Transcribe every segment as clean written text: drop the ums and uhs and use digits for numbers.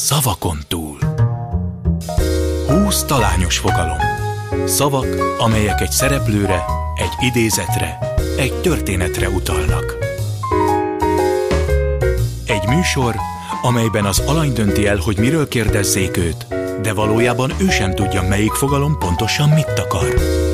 Szavakon túl. 20 talányos fogalom. Szavak, amelyek egy szereplőre, egy idézetre, egy történetre utalnak. Egy műsor, amelyben az alany dönti el, hogy miről kérdezzék őt, de valójában ő sem tudja, melyik fogalom pontosan mit akar.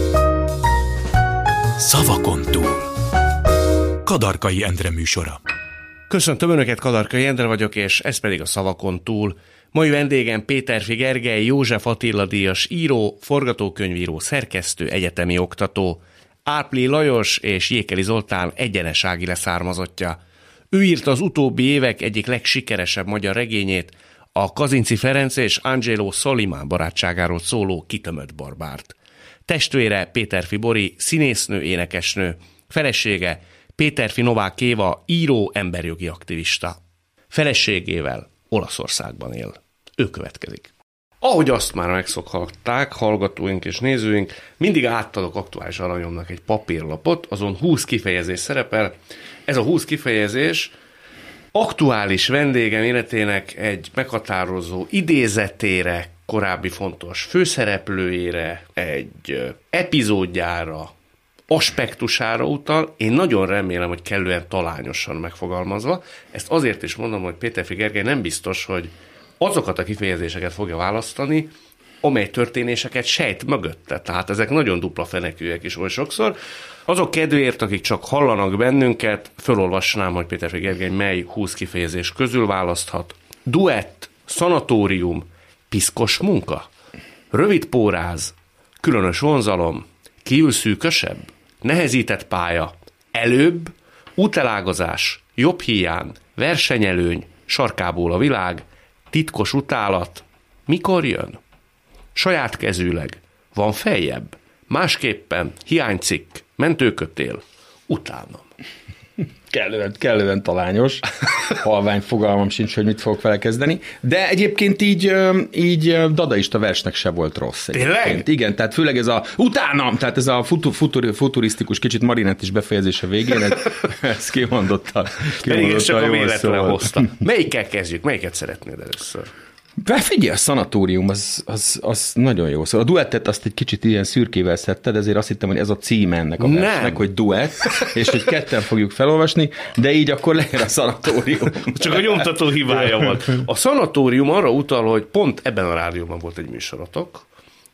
Szavakon túl. Kadarkai Endre műsora. Köszöntöm Önöket, Kadarkai Endre vagyok, és ez pedig a Szavakon túl. Mai vendégem Péterfi Gergely, József Attila díjas író, forgatókönyvíró, szerkesztő, egyetemi oktató, Árpli Lajos és Jékeli Zoltán egyenesági leszármazottja. Ő írta az utóbbi évek egyik legsikeresebb magyar regényét, a Kazinczy Ferenc és Angelo Solimán barátságáról szóló Kitömött barbárt. Testvére Péterfi Bori, színésznő, énekesnő, felesége Péterfi Novák Éva, író, emberjogi aktivista. Feleségével Olaszországban él. Ő következik. Ahogy azt már megszokhatták hallgatóink és nézőink, mindig átadok aktuális aranyomnak egy papírlapot, azon 20 kifejezés szerepel. Ez a 20 kifejezés aktuális vendégem életének egy meghatározó idézetére, korábbi fontos főszereplőjére, egy epizódjára, aspektusára utal. Én nagyon remélem, hogy kellően talányosan megfogalmazva. Ezt azért is mondom, hogy Péterfi Gergely nem biztos, hogy azokat a kifejezéseket fogja választani, amely történéseket sejt mögötte. Tehát ezek nagyon dupla fenekűek is oly sokszor. Azok kedvéért, akik csak hallanak bennünket, felolvasnám, hogy Péterfi Gergely mely 20 kifejezés közül választhat. Duett, szanatórium, piszkos munka, rövid póráz, különös vonzalom, kiül szűkösebb, nehezített pálya, előbb, útelágazás, jobb hiány, versenyelőny, sarkából a világ, titkos utálat, mikor jön? Saját kezűleg, van feljebb, másképpen, hiánycikk, mentőkötél, utánam. Kellően talányos, halvány fogalmam sincs, hogy mit fogok vele kezdeni, de egyébként így dadaista versnek se volt rossz. Tényleg? Igen, tehát főleg ez a utánam, tehát ez a futurisztikus, kicsit marinettis befejezése végén, ez kimondottan Pedig ezt csak a véletlen szóval hozta. Melyikkel kezdjük? Melyiket szeretnéd először? Figyelj, a szanatórium, az nagyon jó. Szóval a duettet azt egy kicsit ilyen szürkével szedted, ezért azt hittem, hogy ez a címe ennek a versnek, hogy duett, és hogy ketten fogjuk felolvasni, de így akkor legyen a szanatórium. Csak a nyomtató hibája volt. A szanatórium arra utal, hogy pont ebben a rádióban volt egy műsorotok,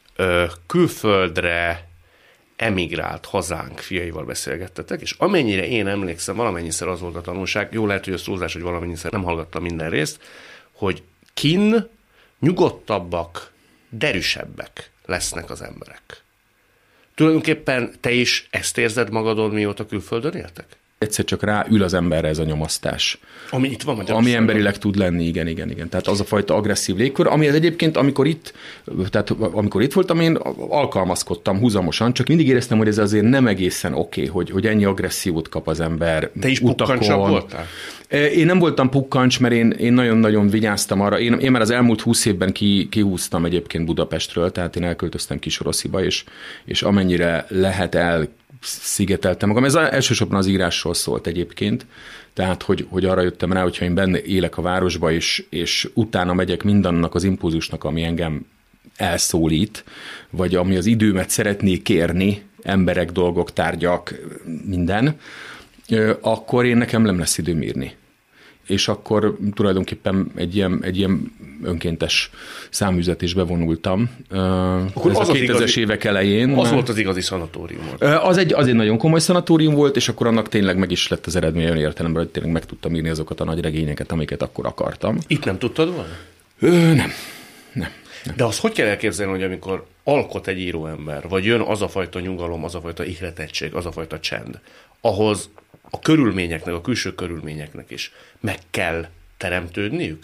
külföldre emigrált hazánk fiaival beszélgettetek, és amennyire én emlékszem, valamennyiszer az volt a tanulság, jó lehet, hogy ez túlzás, hogy valamennyiszer nem hallgattam minden részt, hogy kinn nyugodtabbak, derűsebbek lesznek az emberek. Tulajdonképpen te is ezt érzed magadon, mióta külföldön éltek? Egyszer csak ráül az emberre ez a nyomasztás. Ami itt van Magyarországon. Ami emberileg tud lenni, igen. Tehát az a fajta agresszív légkör, ami egyébként, amikor itt voltam, én alkalmazkodtam húzamosan, csak mindig éreztem, hogy ez azért nem egészen oké, hogy ennyi agressziót kap az ember. Te is pukkancsabb voltál? Én nem voltam pukkancs, mert én nagyon-nagyon vigyáztam arra. Én már az elmúlt 20 évben kihúztam egyébként Budapestről, tehát én elköltöztem Kisorosziba, és amennyire lehet szigeteltem magam. Ez elsősorban az írásról szólt egyébként, tehát hogy arra jöttem rá, hogyha én benne élek a városba, és utána megyek mindannak az impulzusnak, ami engem elszólít, vagy ami az időmet szeretné kérni, emberek, dolgok, tárgyak, minden, akkor nekem nem lesz időm írni. És akkor tulajdonképpen egy ilyen önkéntes száműzetésbe vonultam. Akkor ez a 2000-es évek elején. Az volt az igazi szanatórium. Az egy nagyon komoly szanatórium volt, és akkor annak tényleg meg is lett az eredmény olyan értelemben, hogy tényleg meg tudtam írni azokat a nagy regényeket, amiket akkor akartam. Itt nem tudtad volna? Nem. De azt hogy kell elképzelni, hogy amikor alkot egy íróember, vagy jön az a fajta nyugalom, az a fajta ihletettség, az a fajta csend, ahhoz a körülményeknek, a külső körülményeknek is meg kell teremtődniük?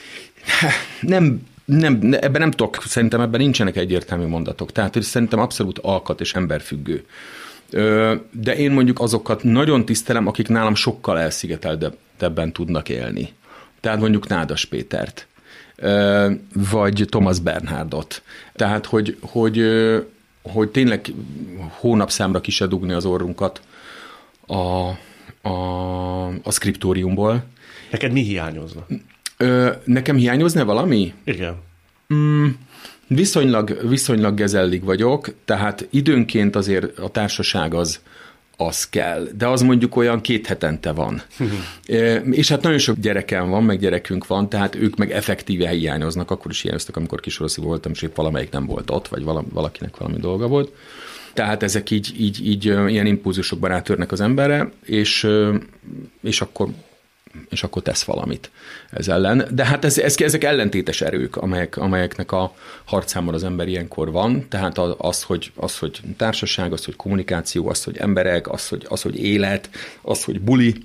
Ebben nem tudok, szerintem ebben nincsenek egyértelmű mondatok. Tehát szerintem abszolút alkat és emberfüggő. De én mondjuk azokat nagyon tisztelem, akik nálam sokkal elszigeteltebben tudnak élni. Tehát mondjuk Nádas Pétert, vagy Thomas Bernhardot. Tehát, hogy tényleg hónapszámra ki se dugni az orrunkat a szkriptóriumból. Neked mi hiányozna? Nekem hiányozna valami? Igen. Viszonylag gezellig vagyok, tehát időnként azért a társaság az kell, de az mondjuk olyan 2 hetente van. És hát nagyon sok gyerekem van, meg gyerekünk van, tehát ők meg effektíve hiányoznak, akkor is hiányoztak, amikor Kisoroszi voltam, és épp valamelyik nem volt ott, vagy valakinek valami dolga volt. Tehát ezek így ilyen impulzusokban rátörnek az emberre, és akkor tesz valamit ez ellen. De hát ezek ellentétes erők, amelyeknek a harcában az ember ilyenkor van. Tehát az, hogy társaság, az, hogy kommunikáció, az, hogy emberek, az, hogy élet, az, hogy buli,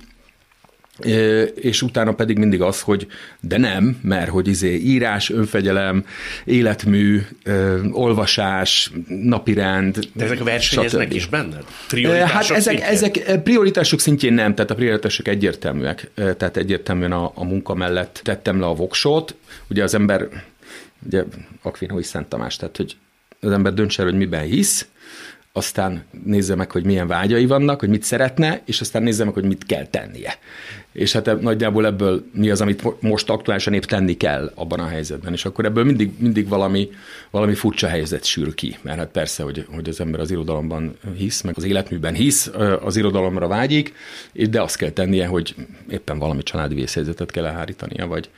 és utána pedig mindig az, hogy de nem, mert hogy írás, önfegyelem, életmű, olvasás, napirend. De ezek versenyeznek is benned? Hát ezek prioritások szintjén nem, tehát a prioritások egyértelműek. Tehát egyértelműen a munka mellett tettem le a voksot. Ugye az ember, ugye Akvinói Szent Tamás, tehát hogy az ember döntse el, hogy miben hisz, aztán nézze meg, hogy milyen vágyai vannak, hogy mit szeretne, és aztán nézze meg, hogy mit kell tennie. És hát nagyjából ebből mi az, amit most aktuálisan épp tenni kell abban a helyzetben. És akkor ebből mindig valami furcsa helyzet sül ki. Mert hát persze, hogy az ember az irodalomban hisz, meg az életműben hisz, az irodalomra vágyik, de azt kell tennie, hogy éppen valami családi vészhelyzetet kell elhárítania, vagy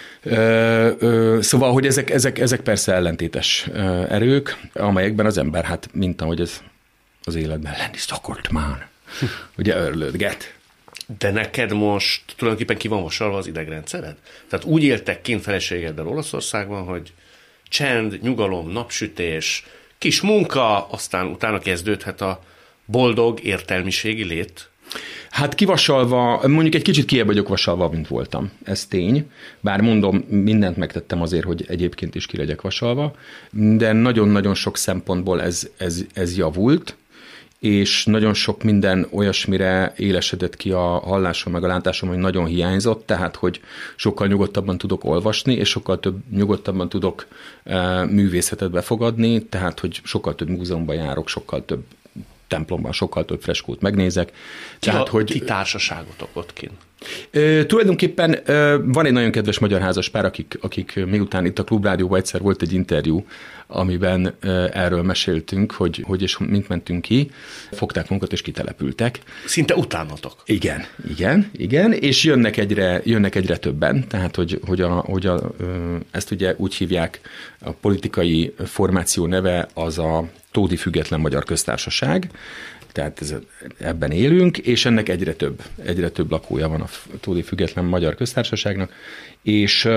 szóval, hogy ezek persze ellentétes erők, amelyekben az ember, hát mint ahogy ez az életben lenni szokott már, ugye örlődget. De neked most tulajdonképpen ki van vasalva az idegrendszered? Tehát úgy éltek kint feleségeddel Olaszországban, hogy csend, nyugalom, napsütés, kis munka, aztán utána kezdődhet a boldog értelmiségi lét? Hát kivasalva, mondjuk egy kicsit kiebb vagyok vasalva, mint voltam. Ez tény. Bár mondom, mindent megtettem azért, hogy egyébként is ki legyek vasalva, de nagyon-nagyon sok szempontból ez javult, és nagyon sok minden olyasmire élesedett ki a hallásom meg a látásom, hogy nagyon hiányzott, tehát hogy sokkal nyugodtabban tudok olvasni, és sokkal nyugodtabban tudok művészetet befogadni, tehát hogy sokkal több múzeumban járok, sokkal több templomban, sokkal több freskót megnézek. Ti társaságotok ott kint? Tulajdonképpen van egy nagyon kedves magyar házaspár, akik miután itt a Klubrádióban egyszer volt egy interjú, amiben erről meséltünk, hogy és mint mentünk ki, fogták magukat és kitelepültek. Szinte utánatok. Igen, és jönnek egyre többen, tehát hogy ezt ugye úgy hívják, a politikai formáció neve az a Tódi Független Magyar Köztársaság, tehát ebben élünk, és ennek egyre több lakója van a Tódi Független Magyar Köztársaságnak, és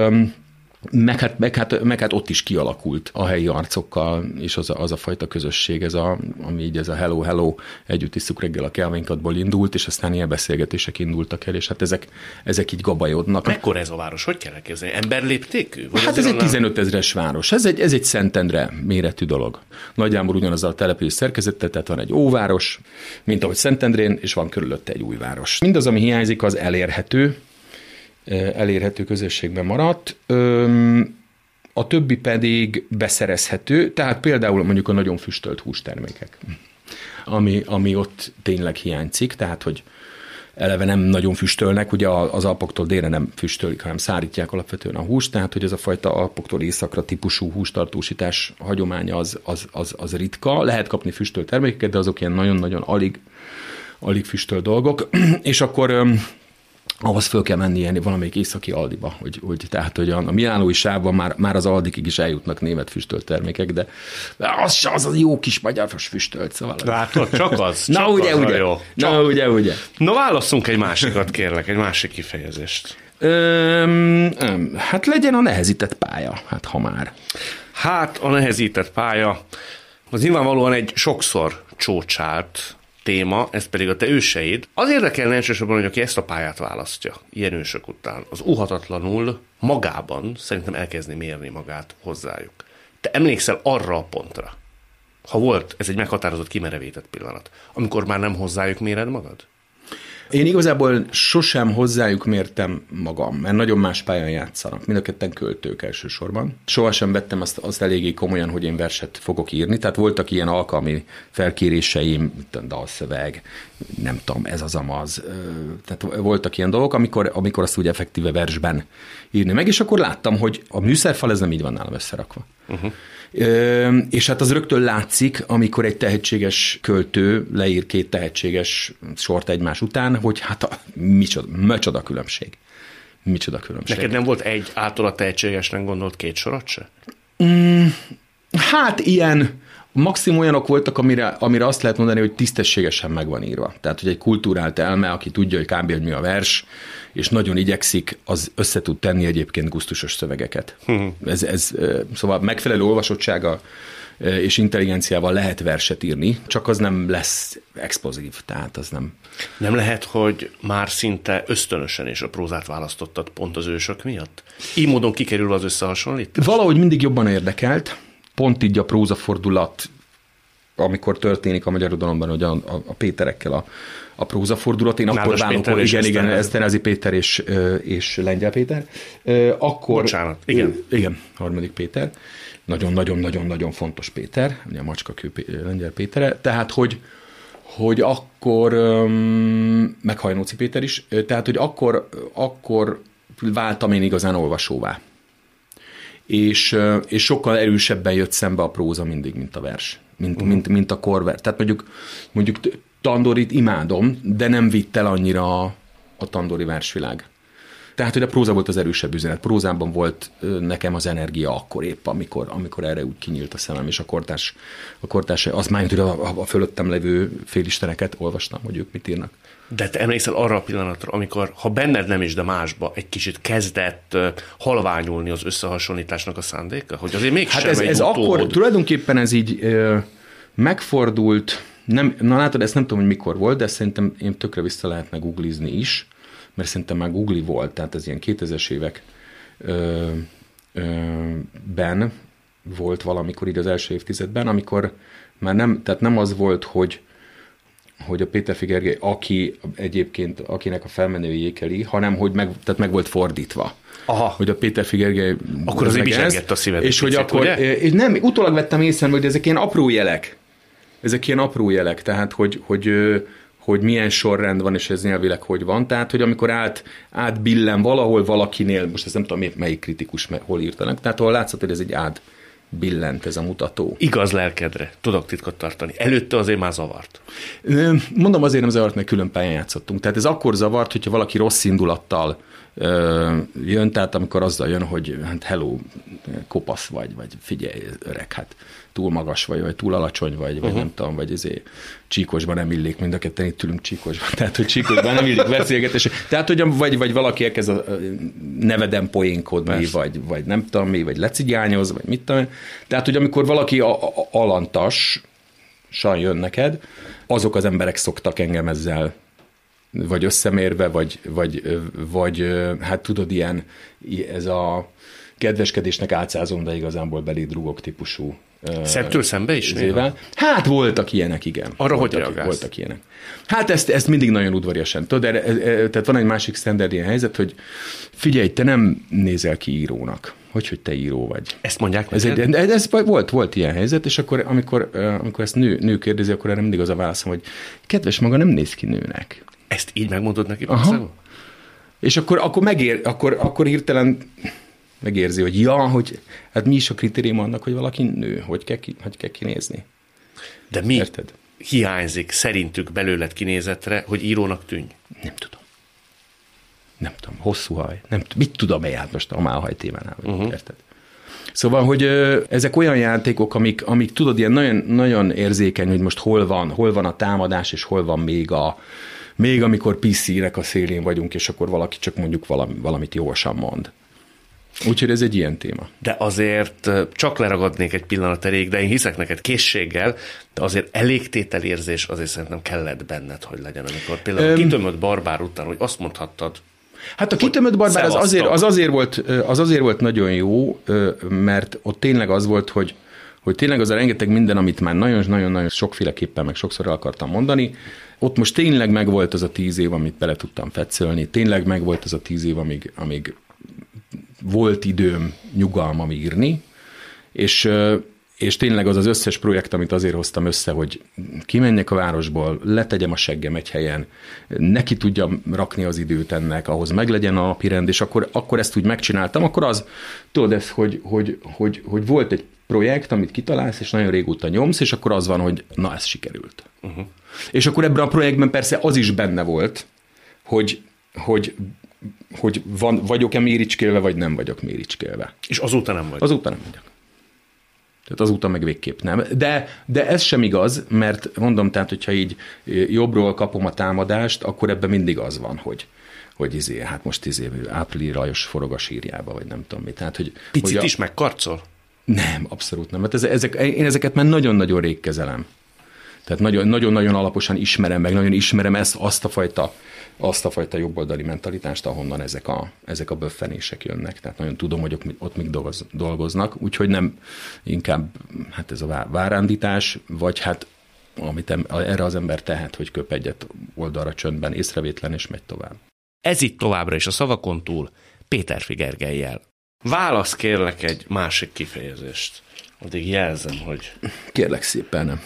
meg hát ott is kialakult a helyi arcokkal, és az a fajta közösség, ami így ez a hello, együtt isszuk reggel a kávénkatból indult, és aztán ilyen beszélgetések indultak el, és hát ezek így gabajodnak. Mekkora ez a város? Hogy kell elképzelni? Emberléptékű? Hát ez egy 15 000-es város. Ez egy Szentendre méretű dolog. Nagyjából ugyanazzal a település szerkezettel, tehát van egy óváros, mint ahogy Szentendrén, és van körülötte egy új város. Mindaz, ami hiányzik, az elérhető közösségben maradt, a többi pedig beszerezhető, tehát például mondjuk a nagyon füstölt hústermékek, ami ott tényleg hiányzik, tehát hogy eleve nem nagyon füstölnek, ugye az Alpoktól délre nem füstölik, hanem szárítják alapvetően a húst, tehát hogy ez a fajta Alpoktól északra típusú hústartósítás hagyománya az ritka. Lehet kapni füstölt termékeket, de azok ilyen nagyon-nagyon alig füstölt dolgok, és akkor ahhoz föl kell menni ilyen valamelyik északi Aldiba, hogy a milánói sávban már az Aldikig is eljutnak német füstölt termékek, de az jó kis magyar füstölt, szóval. Látod, csak az. Na ugye. No, válasszunk egy másikat, kérlek, egy másik kifejezést. Hát legyen a nehezített pálya, hát ha már. Hát a nehezített pálya, az nyilvánvalóan egy sokszor csócsált téma, ez pedig a te őseid. Az érdekelne elsősorban, hogy aki ezt a pályát választja, ilyen ősök után, az óhatatlanul magában szerintem elkezdi mérni magát hozzájuk. Te emlékszel arra a pontra, ha volt, ez egy meghatározott kimerevített pillanat, amikor már nem hozzájuk méred magad? Én igazából sosem hozzájuk mértem magam, mert nagyon más pályán játszanak. Mind a ketten költők elsősorban. Sohasem vettem azt eléggé komolyan, hogy én verset fogok írni, tehát voltak ilyen alkalmi felkéréseim, dalszöveg, nem tudom, ez az amaz. Tehát voltak ilyen dolgok, amikor azt úgy effektíve versben írni meg, és akkor láttam, hogy a műszerfal ez nem így van nálam összerakva. Uh-huh. És hát az rögtön látszik, amikor egy tehetséges költő leír 2 tehetséges sort egymás után, hogy hát micsoda különbség. Micsoda különbség. Neked nem volt egy általa tehetségesnek gondolt 2 sorod se? Hát ilyen, maximum olyanok voltak, amire azt lehet mondani, hogy tisztességesen meg van írva. Tehát, hogy egy kultúrált elme, aki tudja, hogy kb. Hogy mi a vers, és nagyon igyekszik, az össze tud tenni egyébként gusztusos szövegeket. Szóval megfelelő olvasottsága és intelligenciával lehet verset írni, csak az nem lesz explozív, tehát az nem... Nem lehet, hogy már szinte ösztönösen és a prózát választottad pont az ősök miatt? Így módon kikerülve az összehasonlítás? Valahogy mindig jobban érdekelt, pont így a prózafordulat, amikor történik a magyar irodalomban, hogy a Péterekkel a prózafordulat, én akkor válok, igen, Eszterházy Péter és Lengyel Péter. Akkor, bocsánat, igen, harmadik Péter. Nagyon-nagyon-nagyon fontos Péter, ugye a macskakő Lengyel Pétere, tehát hogy akkor, meg Hajnóci Péter is, tehát hogy akkor váltam én igazán olvasóvá. És sokkal erősebben jött szembe a próza mindig, mint a vers, mint a korver. Tehát mondjuk Tandorit imádom, de nem vitt el annyira a tandori versvilág. Tehát, hogy a próza volt az erősebb üzenet. Prózában volt nekem az energia akkor épp, amikor erre úgy kinyílt a szemem, és a kortárs az már, hogy a fölöttem levő félisteneket olvastam, hogy ők mit írnak. De te emlékszel arra a pillanatra, amikor, ha benned nem is, de másba egy kicsit kezdett halványulni az összehasonlításnak a szándéka? Hogy azért mégsem hát ez akkor, tulajdonképpen ez így megfordult, na látod, ezt nem tudom, hogy mikor volt, de szerintem én tökre vissza lehetne googlizni is, mert szerintem már Google volt, tehát ez ilyen 2000-es években volt valamikor így az első évtizedben, amikor már nem az volt, hogy a Péterfi Gergely, aki egyébként, akinek a felmenői ékeli, hanem hogy meg volt fordítva. Aha. Hogy a Péterfi Gergely... Akkor azért bizsergett a szíved. És hogy akkor... És nem, utólag vettem észre, hogy ezek ilyen apró jelek. Tehát, hogy milyen sorrend van, és ez nyelvileg hogy van. Tehát, hogy amikor átbillen valahol valakinél, most ezt nem tudom, melyik kritikus hol írtanak, tehát ahol látszott, hogy ez egy billent ez a mutató. Igaz lelkedre, tudok titkot tartani. Előtte azért már zavart. Mondom, azért nem zavart, mert külön pályán játszottunk. Tehát ez akkor zavart, hogyha valaki rossz indulattal jön, tehát amikor azzal jön, hogy hát hello, kopasz vagy figyelj, öreg, hát túl magas vagy túl alacsony vagy nem tudom, vagy ezért Csíkosban nem illik, mind a ketten itt ülünk Csíkosban, tehát hogy Csíkosban nem illik beszélgetés. Tehát, hogy vagy valaki elkezd a neveden poénkodni, vagy nem tudom mi, vagy lecigányoz, vagy mit tudom. Tehát, hogy amikor valaki alantasan jön neked, azok az emberek szoktak engem ezzel vagy összemérve, vagy hát tudod, ilyen ez a kedveskedésnek átszázom, de igazából beléd rúgok típusú. Szemtől szembe is? Hát voltak ilyenek, igen. Arra hogy reagálsz? Voltak ilyenek. Hát ezt mindig nagyon udvariasan. Tudod, tehát van egy másik standard ilyen helyzet, hogy figyelj, te nem nézel ki írónak. Hogy te író vagy. Ezt mondják ez volt ilyen helyzet, és akkor, amikor ezt nő kérdezi, akkor erre mindig az a válaszom, hogy kedves, maga nem néz ki nőnek. Ezt így megmondod neki? És akkor hirtelen megérzi, hogy hogy hát mi is a kritérium annak, hogy valaki nő, hogy kell kinézni. De mi érted? Hiányzik szerintük belőled kinézetre, hogy írónak tűnj? Nem tudom, hosszú haj. Mit tudom én, hát most a málhaj témánál, érted? Szóval, hogy ezek olyan játékok, amik tudod, ilyen nagyon, nagyon érzékeny, hogy most hol van a támadás, és hol van még amikor PC-nek a szélén vagyunk, és akkor valaki csak mondjuk valamit jósan mond. Úgyhogy ez egy ilyen téma. De azért csak leragadnék egy pillanat elég, de én hiszek neked készséggel, de azért elégtételérzés azért szerintem kellett benned, hogy legyen, amikor például kitömött barbár után, hogy azt mondhattad. Hát a kitömött barbár az azért volt nagyon jó, mert ott tényleg az volt, hogy tényleg az a rengeteg minden, amit már nagyon-nagyon sokféleképpen, meg sokszor el akartam mondani, ott most tényleg megvolt az a 10 év, amit bele tudtam fetszölni, tényleg megvolt az a 10 év, amíg volt időm, nyugalmam írni, és tényleg az összes projekt, amit azért hoztam össze, hogy kimenjek a városból, letegyem a seggem egy helyen, neki tudjam rakni az időt ennek, ahhoz meglegyen a napirend, és akkor ezt úgy megcsináltam, akkor az, tudod ezt, hogy volt egy projekt, amit kitalálsz, és nagyon régóta nyomsz, és akkor az van, hogy na, ez sikerült. Uh-huh. És akkor ebben a projektben persze az is benne volt, hogy vagyok-e méricskélve, vagy nem vagyok méricskélve. És azóta nem vagy? Azóta nem vagyok. Tehát azóta meg végképp nem. De ez sem igaz, mert mondom, tehát, hogyha így jobbról kapom a támadást, akkor ebben mindig az van, hogy hát most Április Lajos forog a sírjába, vagy nem tudom mi. Tehát, picit is megkarcol? Nem, abszolút nem. Hát én ezeket már nagyon-nagyon rég kezelem. Tehát nagyon-nagyon alaposan ismerem meg, nagyon ismerem azt a fajta jobboldali mentalitást, ahonnan ezek a böffenések jönnek. Tehát nagyon tudom, hogy ott még dolgoznak, úgyhogy nem inkább hát ez a várándítás, vagy hát amit erre az ember tehet, hogy köp egyet oldalra csöndben, észrevétlen, és megy tovább. Ez itt továbbra is a Szavakon túl Péterfi Gergellyel. Válasz kérlek egy másik kifejezést. Addig jelzem, hogy... Kérlek szépen.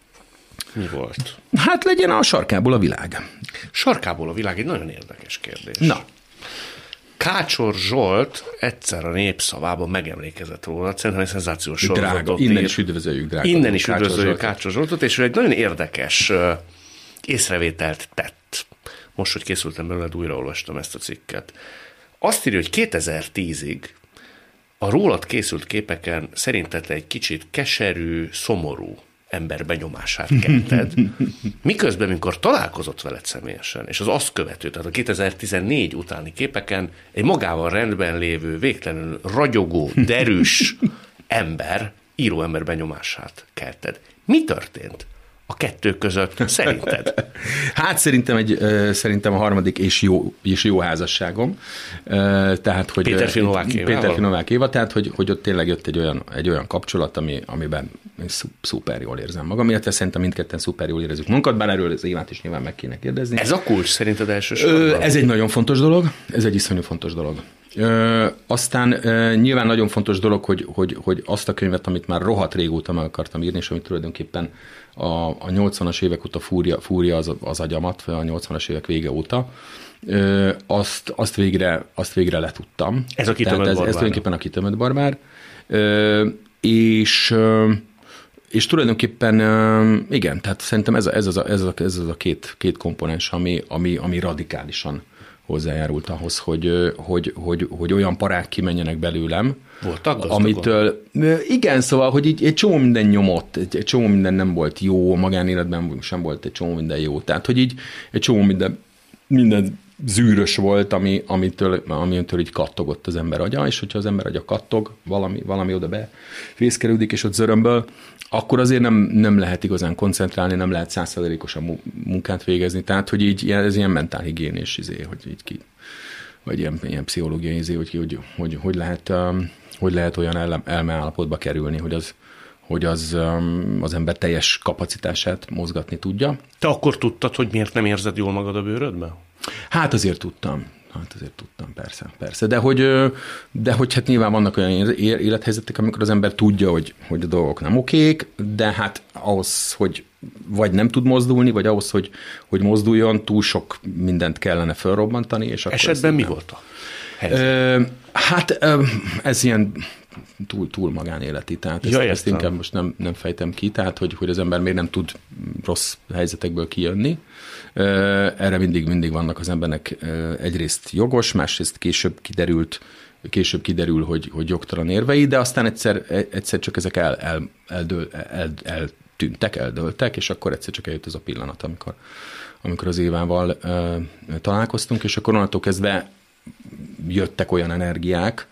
Mi volt? Hát legyen a sarkából a világ. Sarkából a világ egy nagyon érdekes kérdés. Na. Kácsor Zsolt egyszer a Népszavában megemlékezett róla, szerintem egy szenzációs sorozatot ír. Innen is üdvözöljük, drága. Innen is üdvözöljük Kácsor Zsoltot, és ő egy nagyon érdekes észrevételt tett. Most, hogy készültem belőle, újraolvastam ezt a cikket. Azt írja, hogy 2010-ig a rólad készült képeken szerinted egy kicsit keserű, szomorú ember benyomását kelted, miközben, amikor találkozott veled személyesen, és az azt követő, tehát a 2014 utáni képeken egy magával rendben lévő, végtelenül ragyogó, derűs ember, íróember benyomását kelted. Mi történt a kettő között szerinted? Hát szerintem a harmadik és jó házasságom. Tehát, hogy Péterfi Novák Éva, tehát hogy ott tényleg jött egy olyan kapcsolat, amiben szuper jól érzem magam, illetve szerintem mindketten szuper jól érezzük magunkat, bár erről az Évát is nyilván meg kéne kérdezni. Ez a kulcs szerinted elsősorban? Ez egy nagyon fontos dolog, ez egy iszonyú fontos dolog. Aztán nyilván nagyon fontos dolog, hogy azt a könyvet, amit már rohadt régóta meg akartam írni, és amit tulajdonképpen a 80-as évek óta fúrja az agyamat, a 80-as évek vége óta, azt végre letudtam. Ez a kitömött barbár. Ez tulajdonképpen a kitömött barbár. És tulajdonképpen igen, tehát szerintem ez az a két komponens, ami radikálisan hozzájárult ahhoz, hogy olyan parák kimenjenek belőlem, amitől, igen, szóval, hogy így egy csomó minden nyomott, egy csomó minden nem volt jó, magánéletben sem volt egy csomó minden jó, tehát, hogy így egy csomó minden zűrös volt, amitől így kattogott az ember agya, és hogyha az ember agya kattog, valami oda befészkelődik, és ott zörömböl, akkor azért nem lehet igazán koncentrálni, nem lehet 100%-osan munkát végezni, tehát, hogy így ez ilyen mentálhigiénés hogy így vagy ilyen pszichológiai hogy lehet olyan elmeállapotba kerülni, hogy az ember teljes kapacitását mozgatni tudja. Te akkor tudtad, hogy miért nem érzed jól magad a bőrödben? Hát azért tudtam, persze. De hogy hát nyilván vannak olyan élethelyzetek, amikor az ember tudja, hogy a dolgok nem okék, de hát ahhoz, hogy vagy nem tud mozdulni, vagy ahhoz, hogy mozduljon, túl sok mindent kellene felrobbantani. És akkor esetben mi volt a helyzet? Hát ez ilyen túl magánéleti, tehát ezt inkább most nem fejtem ki, tehát hogy az ember még nem tud rossz helyzetekből kijönni. Erre mindig vannak az embernek egyrészt jogos, másrészt később kiderül, hogy jogtalan érvei, de aztán egyszer csak ezek eldőltek, és akkor egyszer csak eljött az a pillanat, amikor az Évával találkoztunk, és akkor onnantól kezdve jöttek olyan energiák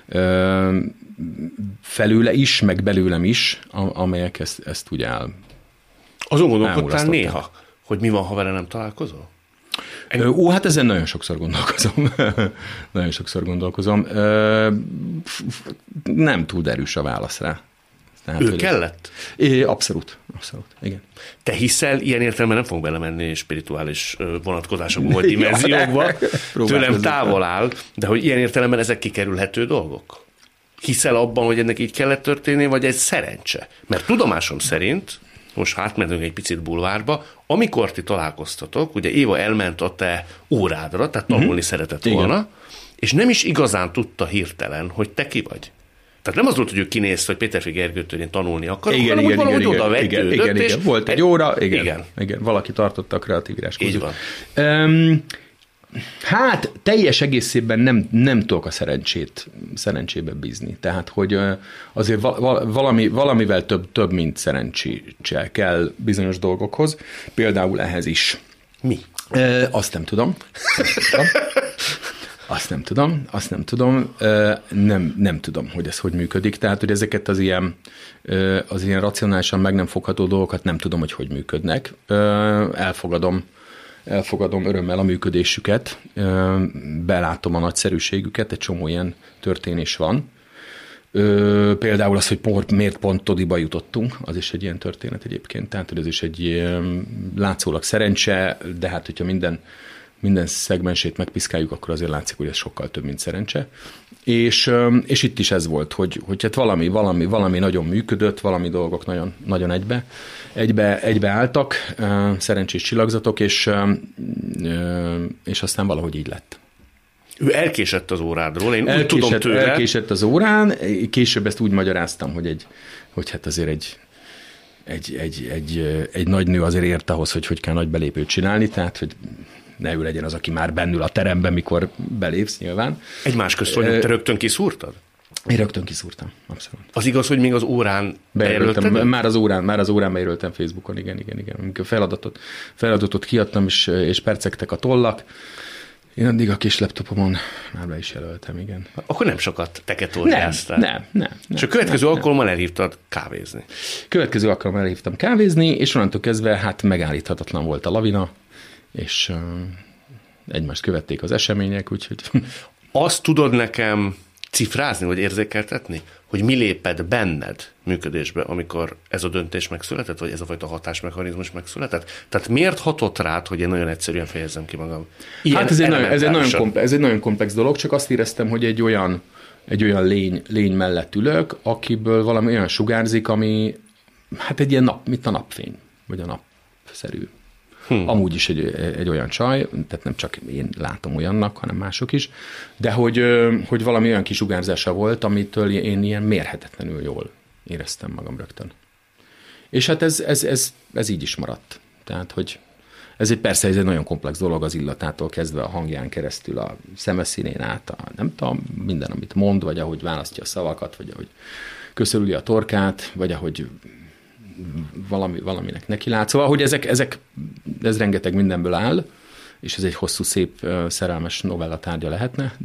felőle is, meg belőlem is, amelyek ezt ugye azon gondolkodtál néha, hogy mi van, ha vele nem találkozol? Hát ezen nagyon sokszor gondolkozom. Nem túl derűs a válasz rá. Tehát, ő kellett? Abszolút, igen. Te hiszel, ilyen értelemben nem fogunk belemenni spirituális vonatkozásokba vagy dimenziókba, tőlem távol áll, de hogy ilyen értelemben ezek kikerülhető dolgok? Hiszel abban, hogy ennek így kellett történni, vagy egy szerencse? Mert tudomásom szerint, most átmentünk egy picit bulvárba, amikor ti találkoztatok, ugye Éva elment a te órádra, tehát tanulni szeretett volna, igen. És nem is igazán tudta hirtelen, hogy te ki vagy. Tehát nem az volt, hogy ő kinézte, hogy Péterfi Gergőtől én tanulni akarok, hanem hogy valahogy oda vetődött. Igen, volt egy óra, igen. Valaki tartotta a kreatív íráskodót. Így van. Hát teljes egészében nem tudok a szerencsébe bízni. Tehát, hogy azért valamivel több, mint szerencséssel kell bizonyos dolgokhoz. Például ehhez is. Mi? Azt nem tudom. Azt nem tudom, hogy ez hogy működik. Tehát, hogy ezeket az ilyen racionálisan meg nem fogható dolgokat nem tudom, hogy működnek. Elfogadom örömmel a működésüket, belátom a nagyszerűségüket, egy csomó ilyen történés van. Például az, hogy miért pont Todiba jutottunk, az is egy ilyen történet egyébként. Tehát, hogy ez is egy látszólag szerencse, de hát, hogyha minden szegmensét megpiszkáljuk, akkor azért látszik, hogy ez sokkal több, mint szerencse. És itt is ez volt, hogy hát valami nagyon működött, valami dolgok nagyon, nagyon egybe álltak, szerencsés csillagzatok, és aztán valahogy így lett. Ő elkésett az órádról, én úgy tudom tőle. Elkésett az órán, később ezt úgy magyaráztam, hogy hát azért egy nagy nő azért ért ahhoz, hogy kell nagy belépőt csinálni, tehát hogy ne ő legyen az, aki már bennül a teremben, mikor belépsz nyilván. Egymás közt vagy, te rögtön kiszúrtad? Én rögtön kiszúrtam, abszolút. Az igaz, hogy még az órán bejelölted? Már az órán bejelöltem Facebookon, igen. Amikor feladatot kiadtam, és percegtek a tollak, én addig a kis laptopomon már be is jelöltem, igen. Akkor nem sokat teketóriáztál. Nem. És a következő alkalommal elhívtad kávézni. Következő alkalommal elhívtam kávézni, és onnantól kezdve hát megállíthatatlan volt a lavina, és egymást követték az események, úgyhogy... Azt tudod nekem cifrázni, vagy érzékeltetni, hogy mi lépett benned működésbe, amikor ez a döntés megszületett, vagy ez a fajta hatásmechanizmus megszületett? Tehát miért hatott rád, hogy én nagyon egyszerűen fejezzem ki magam? Hát ez egy nagyon komplex dolog, csak azt éreztem, hogy egy olyan lény mellett ülök, akiből valami olyan sugárzik, ami hát egy ilyen mint a napfény, vagy a napszerű. Amúgy is egy olyan csaj, tehát nem csak én látom olyannak, hanem mások is, de hogy valami olyan kisugárzása volt, amitől én ilyen mérhetetlenül jól éreztem magam rögtön. És hát ez így is maradt. Tehát, hogy ez egy nagyon komplex dolog az illatától kezdve a hangján keresztül, a szemeszínén át, nem tudom, minden, amit mond, vagy ahogy választja a szavakat, vagy ahogy köszörüli a torkát, vagy ahogy valaminek neki lát. Szóval, hogy ez rengeteg mindenből áll, és ez egy hosszú, szép, szerelmes novella tárgya lehetne,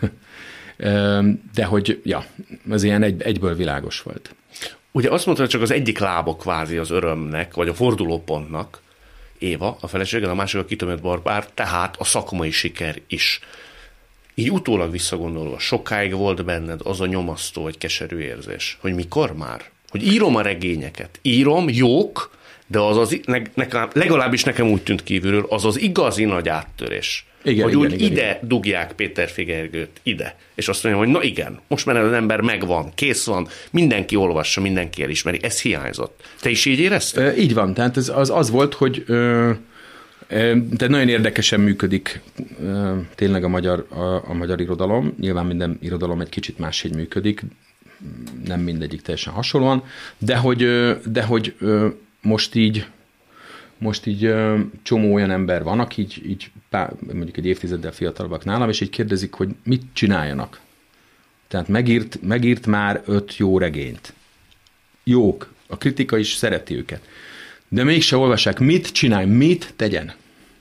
de hogy ja, ez ilyen egyből világos volt. Ugye azt mondta, hogy csak az egyik lába kvázi az örömnek, vagy a fordulópontnak, Éva, a feleséged, a másik a kitömött barbár, tehát a szakmai siker is. Így utólag visszagondolva, sokáig volt benned az a nyomasztó, vagy keserű érzés, hogy mikor már? Hogy írom a regényeket. Írom, jók, de legalábbis nekem úgy tűnt kívülről, az igazi nagy áttörés. Igen. Dugják Péterfi Gergőt, ide. És azt mondja, hogy na igen, most már az ember megvan, kész van, mindenki olvassa, mindenki elismeri. Ez hiányzott. Te is így érezted? Így van, tehát ez az volt, hogy tehát nagyon érdekesen működik tényleg a magyar irodalom. Nyilván minden irodalom egy kicsit máshogy működik, nem mindegyik teljesen hasonlóan, de hogy most így csomó olyan ember van, aki így mondjuk egy évtizeddel fiatalabbak nálam, és így kérdezik, hogy mit csináljanak. Tehát megírt már 5 jó regényt. Jók, a kritika is szereti őket. De mégse olvassák, mit csinálj, mit tegyen.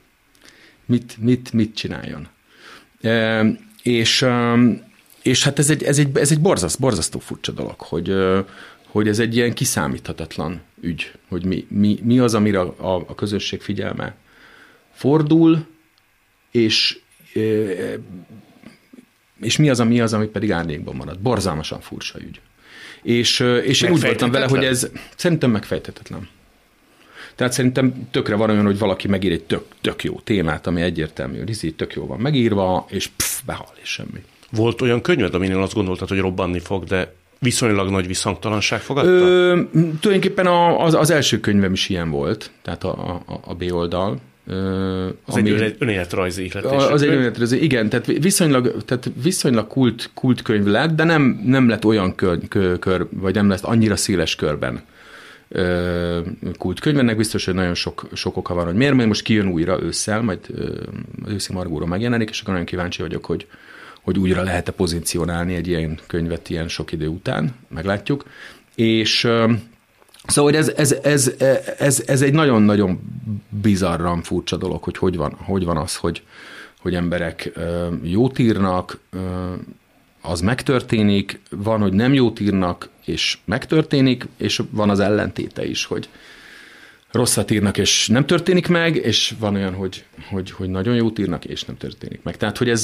Mit csináljon. És hát ez egy borzasztó furcsa dolog, hogy ez egy ilyen kiszámíthatatlan ügy, hogy mi az, amire a közösség figyelme fordul, és mi az, ami pedig árnyékban marad. Borzalmasan furcsa ügy. És én úgy voltam vele, hogy ez szerintem megfejthetetlen. Tehát szerintem tökre van olyan, hogy valaki megír egy tök jó témát, ami egyértelmű, hogy tök jó van megírva, és behal, és semmi. Volt olyan könyved, aminél azt gondoltad, hogy robbanni fog, de viszonylag nagy visszhangtalanság fogadta? Tulajdonképpen az első könyvem is ilyen volt, tehát a B oldal. Az egy önéletrajzi ihletésű. Az egy önéletrajzi, igen, tehát viszonylag kult könyv lett, de nem lett olyan kör, vagy nem lett annyira széles körben kult könyv. Ennek biztos, hogy nagyon sok oka van, hogy miért, mert most kijön újra ősszel, majd az őszi Margóra megjelenik, és akkor nagyon kíváncsi vagyok, hogy újra lehet-e pozícionálni egy ilyen könyvet ilyen sok idő után, meglátjuk. És szóval ez egy nagyon-nagyon bizarran furcsa dolog, hogy van az, hogy emberek jót írnak, az megtörténik, van, hogy nem jót írnak, és megtörténik, és van az ellentéte is, hogy rosszat írnak, és nem történik meg, és van olyan, hogy nagyon jót írnak, és nem történik meg. Tehát, hogy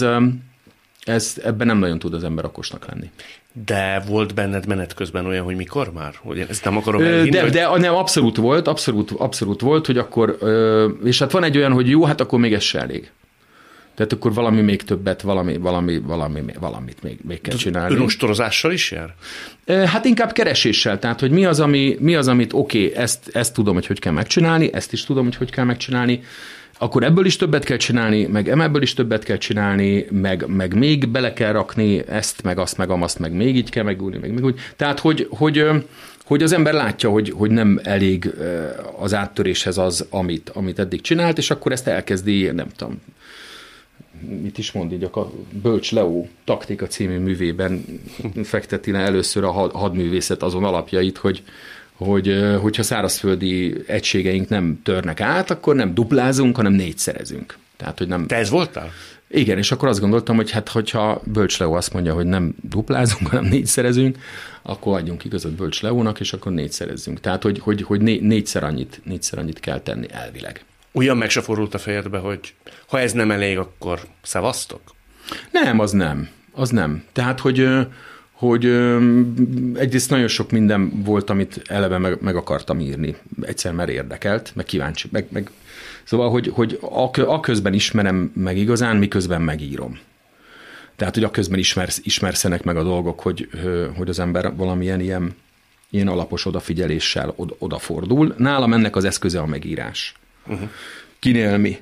ebben nem nagyon tud az ember okosnak lenni. De volt benned menet közben olyan, hogy mikor már? Hogy ezt nem akarom elhinni? Nem, abszolút volt, hogy akkor, és hát van egy olyan, hogy jó, hát akkor még ez se elég. Tehát akkor valami még többet, valamit még kell csinálni. Önostorozással is jár? Hát inkább kereséssel. Tehát, hogy mi az, amit oké, ezt tudom, hogy kell megcsinálni, ezt is tudom, hogy kell megcsinálni, akkor ebből is többet kell csinálni, meg ebből is többet kell csinálni, meg még bele kell rakni ezt, meg azt, meg amazt, meg még így kell megúrni, meg úgy. Tehát, hogy az ember látja, hogy nem elég az áttöréshez az, amit eddig csinált, és akkor ezt elkezdi, nem tudom, mit is mond, így a Bölcs Leó taktika című művében fekteti le először a hadművészet azon alapjait, hogyha szárazföldi egységeink nem törnek át, akkor nem duplázunk, hanem négyszerezünk. Tehát, hogy nem... Te ez voltál? Igen, és akkor azt gondoltam, hogy hát, hogyha Bölcs Leó azt mondja, hogy nem duplázunk, hanem négyszerezünk, akkor adjunk igazat Bölcs Leónak, és akkor négyszerezzünk. Tehát, hogy négyszer annyit kell tenni elvileg. Olyan meg se fordult a fejedbe, hogy ha ez nem elég, akkor szevasztok? Nem, az nem. Tehát, hogy egyrészt nagyon sok minden volt, amit eleve meg akartam írni. Egyszer már érdekelt, meg kíváncsi. Szóval, hogy aközben ismerem meg igazán, miközben megírom. Tehát, hogy aközben ismerszenek meg a dolgok, hogy az ember valamilyen ilyen alapos odafigyeléssel odafordul. Nálam ennek az eszköze a megírás. Kinél mi.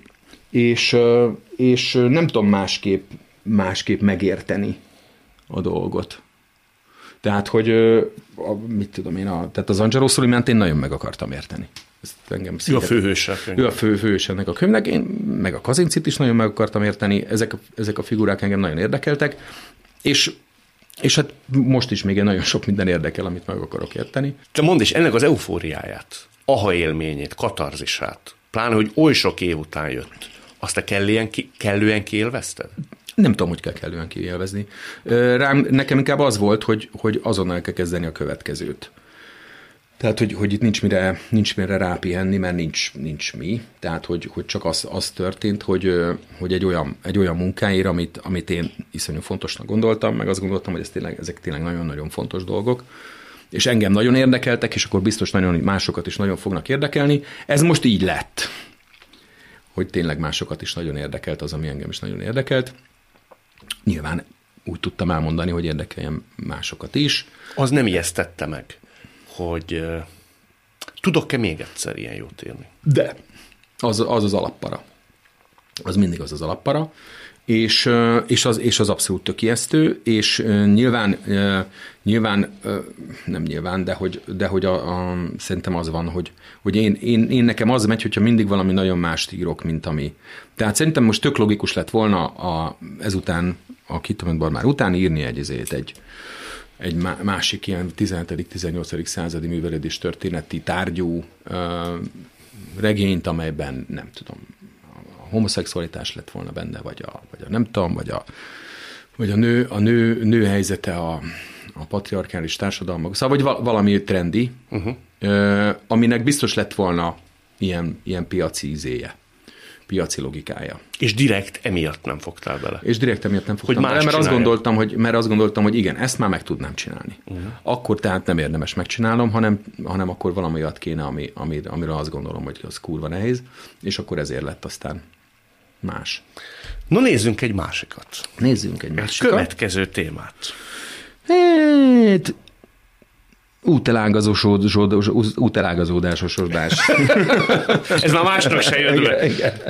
És nem tudom másképp megérteni a dolgot. Tehát, hogy mit tudom én, tehát az Angelo Solimant én nagyon meg akartam érteni. Ő a főhőse. Ő a főhős ennek a könyvnek, én meg a Kazincit is nagyon meg akartam érteni, ezek a figurák engem nagyon érdekeltek, és hát most is még nagyon sok minden érdekel, amit meg akarok érteni. Te mondd is ennek az eufóriáját, aha élményét, katarzisát, pláne, hogy oly sok év után jött, azt te kellően kiélvezted? Nem tudom, hogy kell kellően kiélvezni. Nekem inkább az volt, hogy azonnal kell kezdeni a következőt. Tehát, hogy itt nincs mire rápihenni, mert nincs mi. Tehát, hogy csak az történt, hogy egy olyan munkáért, amit én iszonyú fontosnak gondoltam, meg azt gondoltam, hogy ezek tényleg nagyon-nagyon fontos dolgok, és engem nagyon érdekeltek, és akkor biztos nagyon másokat is nagyon fognak érdekelni. Ez most így lett, hogy tényleg másokat is nagyon érdekelt az, ami engem is nagyon érdekelt. Nyilván úgy tudtam elmondani, hogy érdekeljen másokat is. Az nem ijesztette meg, hogy tudok-e még egyszer ilyen jót írni? De az alappara. Az mindig az alappara, és az abszolút tök ijesztő, és nyilván nem nyilván, de hogy szerintem az van, hogy én nekem az megy, hogyha mindig valami nagyon mást írok, mint ami. Tehát szerintem most tök logikus lett volna ezután, a Kittömött már után írni egy másik ilyen 17.-18. századi művelődés történeti tárgyú regényt, amelyben nem tudom, a homoszexualitás lett volna benne, vagy a nem tudom, vagy a nő helyzete a patriarkális társadalmak, szóval vagy valami trendi, aminek biztos lett volna ilyen piaci piaci logikája. És direkt emiatt nem fogtál bele. Mert azt gondoltam, hogy igen, ezt már meg tudnám csinálni. Akkor tehát nem érdemes megcsinálnom, hanem akkor valami olyat kéne, amiről azt gondolom, hogy az kurva nehéz, és akkor ezért lett aztán más. No, nézzünk egy másikat. Következő témát. Útelágazódásosodás. Ez már másnak se jött be.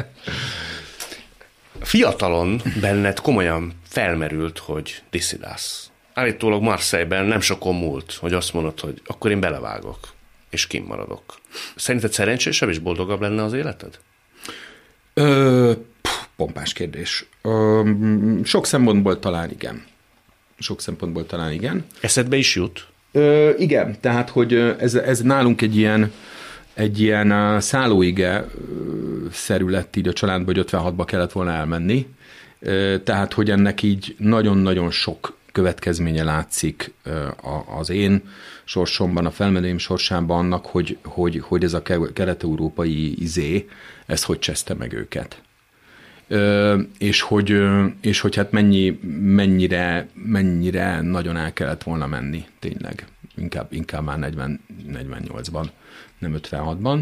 Fiatalon benned komolyan felmerült, hogy diszidálsz. Állítólag Marseille-ben nem sokon múlt, hogy azt mondod, hogy akkor én belevágok, és kint maradok. Szerinted szerencsésebb és boldogabb lenne az életed? Pompás kérdés. Sok szempontból talán igen. Eszedbe is jut? Igen, tehát, hogy ez nálunk egy ilyen szállóige-szerű lett így a családban, hogy 56-ba kellett volna elmenni. Tehát, hogy ennek így nagyon-nagyon sok következménye látszik az én sorsomban, a felmenőim sorsában annak, hogy ez a kelet-európai ez hogy cseszte meg őket. És hogy hát mennyire nagyon el kellett volna menni, tényleg. Inkább már 48-ban, nem 56-ban.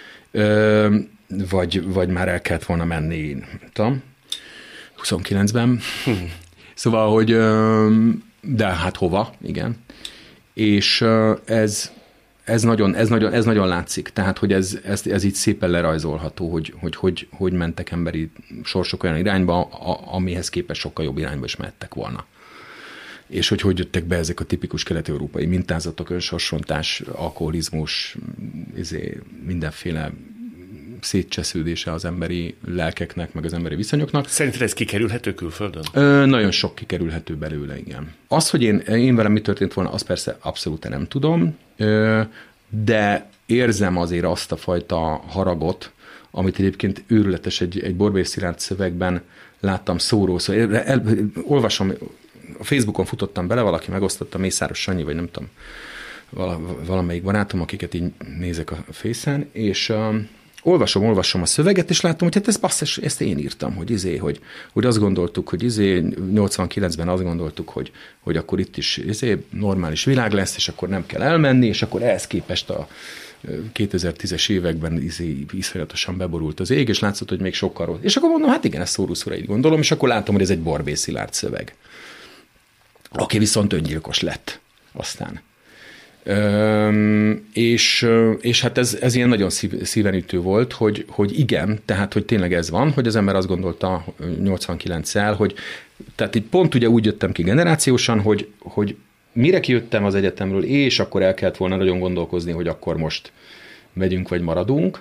Vagy már el kellett volna menni, nem tudom, 29-ben. Szóval, hogy de hát hova, igen. És ez nagyon látszik. Tehát, hogy ez így szépen lerajzolható, hogy mentek emberi sorsok olyan irányba, amihez képest sokkal jobb irányba is mehettek volna. És hogy jöttek be ezek a tipikus kelet-európai mintázatok, önsorsontás, alkoholizmus, mindenféle szétcsesződése az emberi lelkeknek, meg az emberi viszonyoknak. Szerinted ez kikerülhető külföldön? Nagyon sok kikerülhető belőle, igen. Az, hogy én velem mi történt volna, azt persze abszolút nem tudom, de érzem azért azt a fajta haragot, amit egyébként őrületes egy Borbély Szilárd szövegben láttam szóról. Olvasom, a Facebookon futottam bele, valaki megosztotta, Mészáros Sanyi, vagy nem tudom, valamelyik barátom, akiket így nézek a Face-en, és olvasom a szöveget, és látom, hogy hát ez basszus, ezt én írtam, hogy azt gondoltuk, hogy 89-ben azt gondoltuk, hogy akkor itt is normális világ lesz, és akkor nem kell elmenni, és akkor ehhez képest a 2010-es években iszonyatosan beborult az ég, és látszott, hogy még sokkal rossz. És akkor mondom, hát igen, ezt szóruszóra így gondolom, és akkor látom, hogy ez egy Borbély Szilárd szöveg. Aki viszont öngyilkos lett aztán. És hát ez ilyen nagyon szívenütő volt, hogy igen, tehát hogy tényleg ez van, hogy az ember azt gondolta 89-szel, hogy tehát így pont ugye úgy jöttem ki generációsan, hogy mire kijöttem az egyetemről, és akkor el kellett volna nagyon gondolkozni, hogy akkor most megyünk vagy maradunk.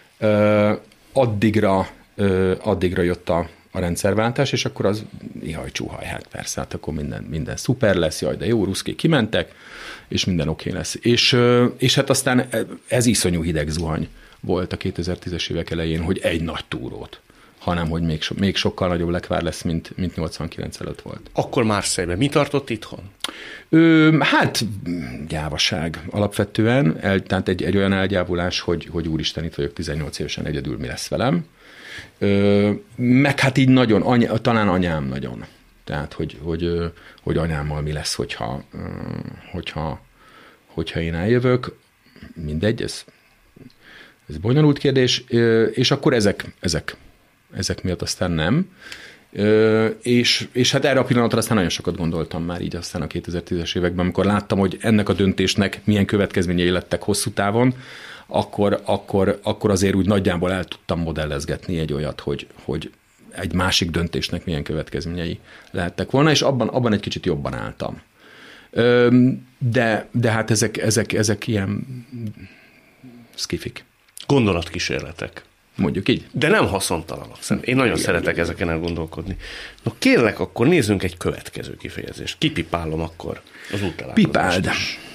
Addigra jött a rendszerváltás, és akkor az ihaj-csúhaj, hát persze, hát akkor minden szuper lesz, jaj, de jó, ruszki kimentek, és minden oké lesz. És hát aztán ez iszonyú hideg zuhany volt a 2010-es évek elején, hogy egy nagy túrót, hanem hogy még sokkal nagyobb lekvár lesz, mint 89 előtt volt. Akkor Marseille-ben mi tartott itthon? Hát gyávaság alapvetően, tehát egy olyan elgyávulás, hogy úristen, itt vagyok 18 évesen egyedül, mi lesz velem. Meg hát így nagyon, talán anyám nagyon. Tehát, hogy anyámmal mi lesz, hogyha én eljövök. Mindegy, ez bonyolult kérdés, és akkor ezek miatt aztán nem. És hát erre a pillanatra aztán nagyon sokat gondoltam már így aztán a 2010-es években, amikor láttam, hogy ennek a döntésnek milyen következményei lettek hosszú távon, akkor azért úgy nagyjából el tudtam modellezgetni egy olyat, hogy egy másik döntésnek milyen következményei lehettek volna, és abban egy kicsit jobban álltam. De hát ezek ilyen szkifik. Gondolatkísérletek. Mondjuk így. De nem haszontalanok. Én nagyon szeretek ezeken elgondolkodni. No kérlek, akkor nézzünk egy következő kifejezést. Kipipálom akkor az úttalálkozást. Pipáld.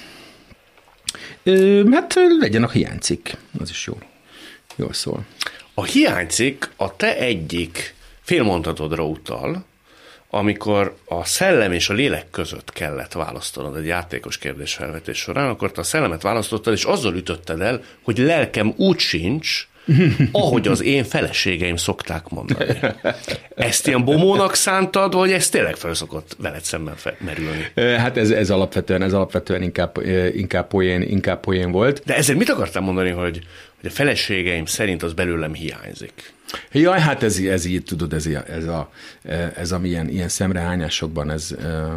Hát legyen a hiánycikk. Az is jó. Jól szól. A hiánycikk a te egyik félmondatodra utal, amikor a szellem és a lélek között kellett választanod egy játékos kérdésfelvetés során, akkor te a szellemet választottad, és azzal ütötted el, hogy lelkem úgy sincs, ahogy az én feleségeim szokták mondani. Ezt ilyen bomónak szántad, vagy ez tényleg fel szokott veled szemben merülni? Hát ez alapvetően inkább poén volt. De ezzel mit akartam mondani, hogy a feleségeim szerint az belőlem hiányzik? Jaj, hát ez így, tudod, ez ami ilyen szemrehányásokban, ez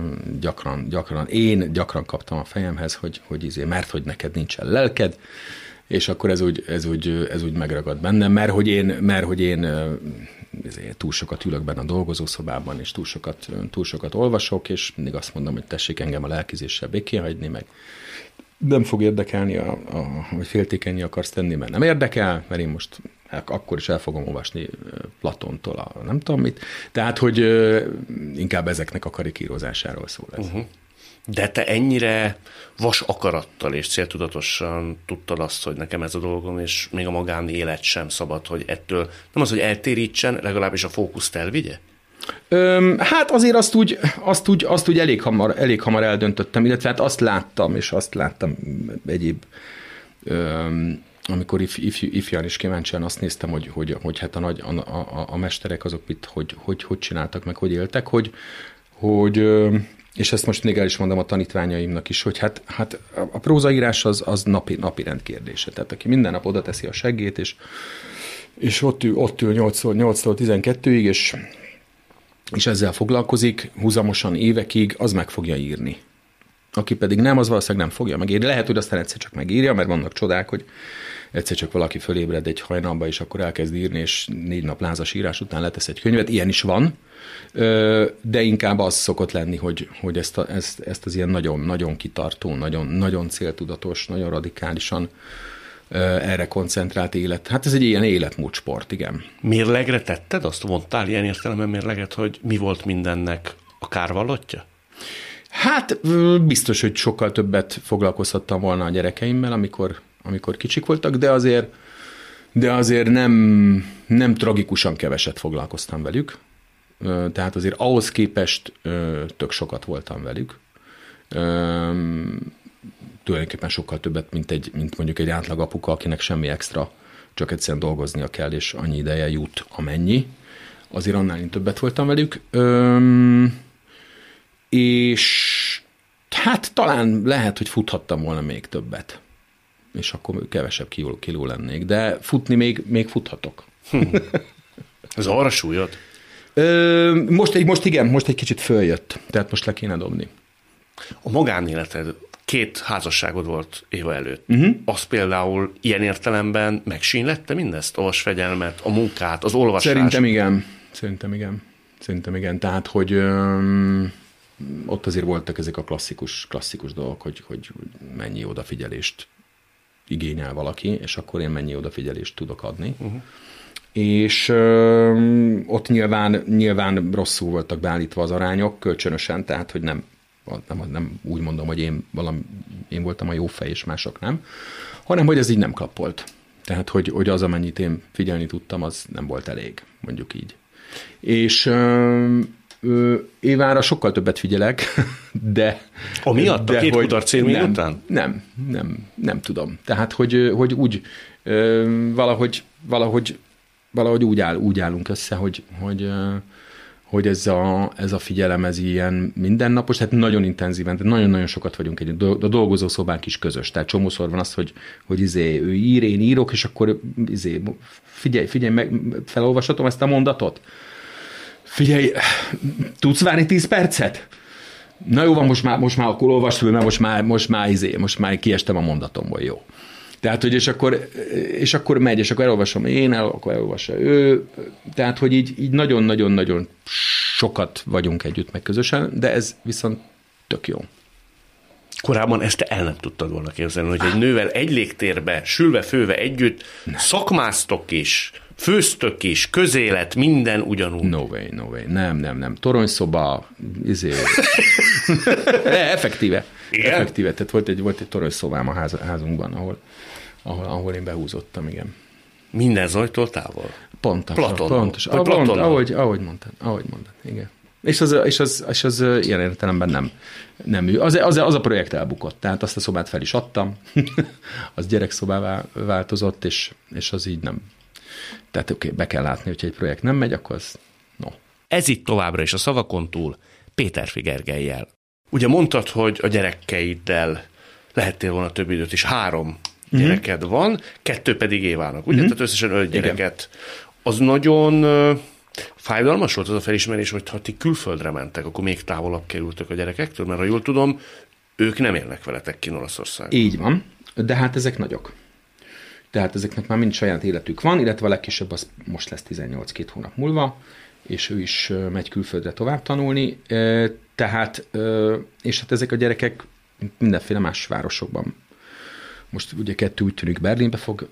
én gyakran kaptam a fejemhez, hogy mert hogy neked nincsen lelked, és akkor ez úgy megragad bennem, mert hogy én túl sokat ülök benne a dolgozószobában, és túl sokat olvasok, és mindig azt mondom, hogy tessék engem a lelkizéssel békén hagyni, meg nem fog érdekelni, vagy féltékennyé akarsz tenni, mert nem érdekel, mert én most akkor is el fogom olvasni Platontól a nem tudom mit. Tehát, hogy inkább ezeknek a karikírozásáról szól ez. Uh-huh. De te ennyire vas akarattal és céltudatosan tudtad azt, hogy nekem ez a dolgom, és még a magánélet sem szabad, hogy ettől nem az, hogy eltérítsen, legalábbis a fókuszt elvigye? Hát azért azt úgy elég hamar eldöntöttem, illetve hát azt láttam egyéb, amikor ifján is kíváncsian azt néztem, hogy hát a mesterek azok hogy csináltak, meg hogy éltek, hogy és ezt most még el is mondom a tanítványaimnak is, hogy hát a prózaírás az napi rendkérdése. Tehát aki minden nap oda teszi a seggét, és ott ül 8-tól 12-ig, és ezzel foglalkozik húzamosan évekig, az meg fogja írni. Aki pedig nem, az valószínűleg nem fogja megírni. Lehet, hogy aztán egyszer csak megírja, mert vannak csodák, hogy egyszer csak valaki fölébred egy hajnalba, és akkor elkezd írni, és 4 nap lázas írás után letesz egy könyvet. Ilyen is van, de inkább az szokott lenni, hogy ezt az ilyen nagyon, nagyon kitartó, nagyon, nagyon céltudatos, nagyon radikálisan erre koncentrált élet. Hát ez egy ilyen életmód sport, igen. Mérlegre tetted? Azt mondtál ilyen értelemben mérleget, hogy mi volt mindennek a kárvallottja? Hát biztos, hogy sokkal többet foglalkozhattam volna a gyerekeimmel, amikor kicsik voltak, de azért nem tragikusan keveset foglalkoztam velük. Tehát azért ahhoz képest tök sokat voltam velük. Tulajdonképpen sokkal többet, mint mondjuk egy átlag apuka, akinek semmi extra, csak egyszerűen dolgoznia kell, és annyi ideje jut, amennyi. Azért annál én többet voltam velük. És hát talán lehet, hogy futhattam volna még többet. És akkor kevesebb kiló lennék. De futni még futhatok. Ez arra súlyod? Most egy kicsit följött. Tehát most le kéne dobni. A magánéleted 2 házasságod volt Éva előtt. Uh-huh. Az például ilyen értelemben megsínlette mindezt? A fegyelmet, a munkát, az olvasást? Szerintem igen. Tehát, hogy ott azért voltak ezek a klasszikus dolgok, hogy mennyi odafigyelést igényel valaki, és akkor én mennyi odafigyelést tudok adni. Uh-huh. És ott nyilván rosszul voltak beállítva az arányok, kölcsönösen, tehát, hogy nem úgy mondom, hogy én voltam a jó fej, és mások nem, hanem, hogy ez így nem klappolt. Tehát, hogy az, amennyit én figyelni tudtam, az nem volt elég, mondjuk így. És Évára sokkal többet figyelek, de... Amiatt? A 2 kudarc élmény után? Nem tudom. Tehát, hogy úgy valahogy úgy állunk össze, hogy ez a figyelem, ez ilyen mindennapos, tehát nagyon intenzíven, tehát nagyon-nagyon sokat vagyunk együtt. A dolgozószobánk is közös, tehát csomószor van az, hogy ő ír, én írok, és akkor figyelj meg, felolvashatom ezt a mondatot? Figyelj, tudsz várni 10 percet? Na jó van, most már akkor olvasd föl, mert most már kiestem a mondatomból, jó. Tehát, hogy és akkor megy, és akkor elolvasom én, akkor elolvassa ő. Tehát, hogy így nagyon-nagyon-nagyon sokat vagyunk együtt meg közösen, de ez viszont tök jó. Korábban ezt te el nem tudtad volna képzelni, hogy egy nővel egy légtérbe, sülve-főve együtt szakmáztok is, főztök is, közélet, minden ugyanúgy. No way. Nem. Toronyszoba, effektíve. Igen? Effektíve. Tehát volt egy toronyszobrám a házunkban, ahol én behúzottam, igen. Minden zajtól távol? Pontos. Ahogy mondtad, igen. És az ilyen értelemben nem ő. Az a projekt elbukott, tehát azt a szobát fel is adtam, az gyerekszobává változott, és az így Tehát oké, be kell látni, hogyha egy projekt nem megy, akkor az no. Ez itt továbbra is a szavakon túl Péterfi Gergellyel. Ugye mondtad, hogy a gyerekeiddel lehettél volna több időt is, 3 gyereked van, 2 pedig Évának, ugye? Tehát összesen 5 gyereket. Az nagyon fájdalmas volt az a felismerés, hogy ha ti külföldre mentek, akkor még távolabb kerültök a gyerekektől, mert ha jól tudom, ők nem élnek veletek ki Olaszországban. Így van, de hát ezek nagyok. Tehát ezeknek már mind saját életük van, illetve a legkisebb az most lesz 18 2 hónap múlva, és ő is megy külföldre tovább tanulni. Tehát, és hát ezek a gyerekek mindenféle más városokban. Most ugye 2 úgy tűnik Berlinbe fog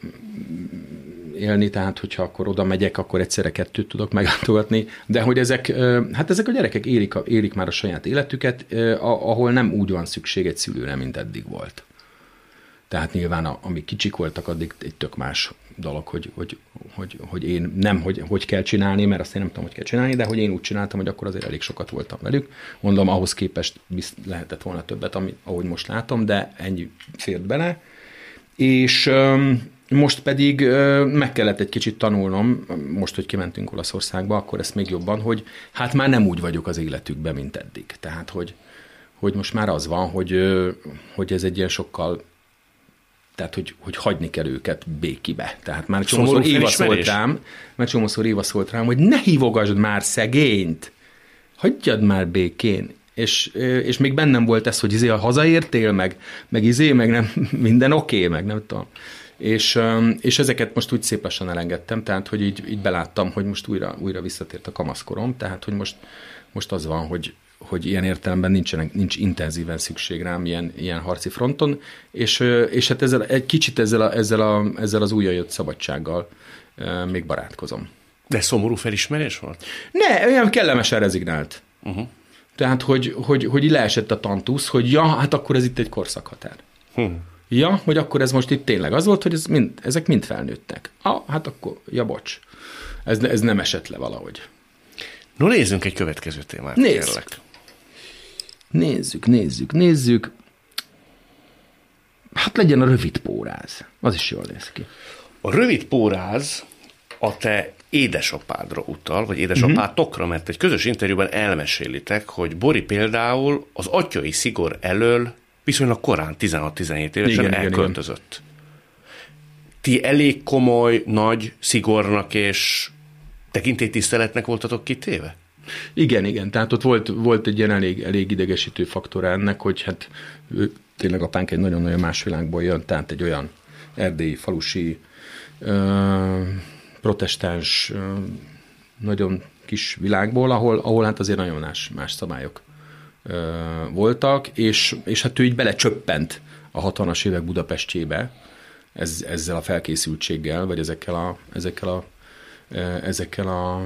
élni, tehát hogyha akkor oda megyek, akkor egyszerre 2 tudok meglátogatni, de hogy ezek a gyerekek élik már a saját életüket, ahol nem úgy van szükség egy szülőre, mint eddig volt. Tehát nyilván, amíg kicsik voltak, addig egy tök más dolog, hogy én nem, hogy kell csinálni, mert azt én nem tudom, hogy kell csinálni, de hogy én úgy csináltam, hogy akkor azért elég sokat voltam velük. Mondom, ahhoz képest lehetett volna többet, ahogy most látom, de ennyi fért bele. És most pedig meg kellett egy kicsit tanulnom, most, hogy kimentünk Olaszországba, akkor ezt még jobban, hogy hát már nem úgy vagyok az életükben, mint eddig. Tehát, hogy most már az van, hogy ez egy ilyen sokkal, tehát, hogy hagyni kell őket békibe. Tehát már csomószor Éva szólt rám, hogy ne hívogasd már szegényt, hagyjad már békén. És még bennem volt ez, hogy hazaértél, meg nem, minden oké, meg nem tudom. És ezeket most úgy szép lassan elengedtem, tehát, hogy így beláttam, hogy most újra visszatért a kamaszkorom, tehát, hogy most az van, hogy ilyen értelemben nincs intenzíven szükség rám ilyen harci fronton, és hát egy kicsit ezzel az újra jött szabadsággal még barátkozom. De szomorú felismerés volt? Ne, olyan kellemesen rezignált. Tehát, hogy így leesett a tantusz, hogy ja, hát akkor ez itt egy korszakhatár. Ja, hogy akkor ez most itt tényleg az volt, hogy ezek mind felnőttek. Hát akkor, ja bocs. Ez nem esett le valahogy. No, nézzünk egy következő témát. Nézzük. Hát legyen a rövid póráz. Az is jól néz ki. A rövid póráz a te édesapádra utal, vagy édesapátokra, mert egy közös interjúban elmesélitek, hogy Bori például az atyai szigor elől viszonylag korán, 16-17 évesen elköltözött. Ti elég komoly, nagy szigornak és tekintélytiszteletnek voltatok kitéve? Igen. Tehát ott volt egy ilyen elég idegesítő faktora ennek, hogy hát tényleg apánk egy nagyon-nagyon más világból jön, tehát egy olyan erdélyi, falusi, protestáns, nagyon kis világból, ahol hát azért nagyon más szabályok voltak, és hát ő így belecsöppent a 60-as évek Budapestjébe ezzel a felkészültséggel, vagy ezekkel a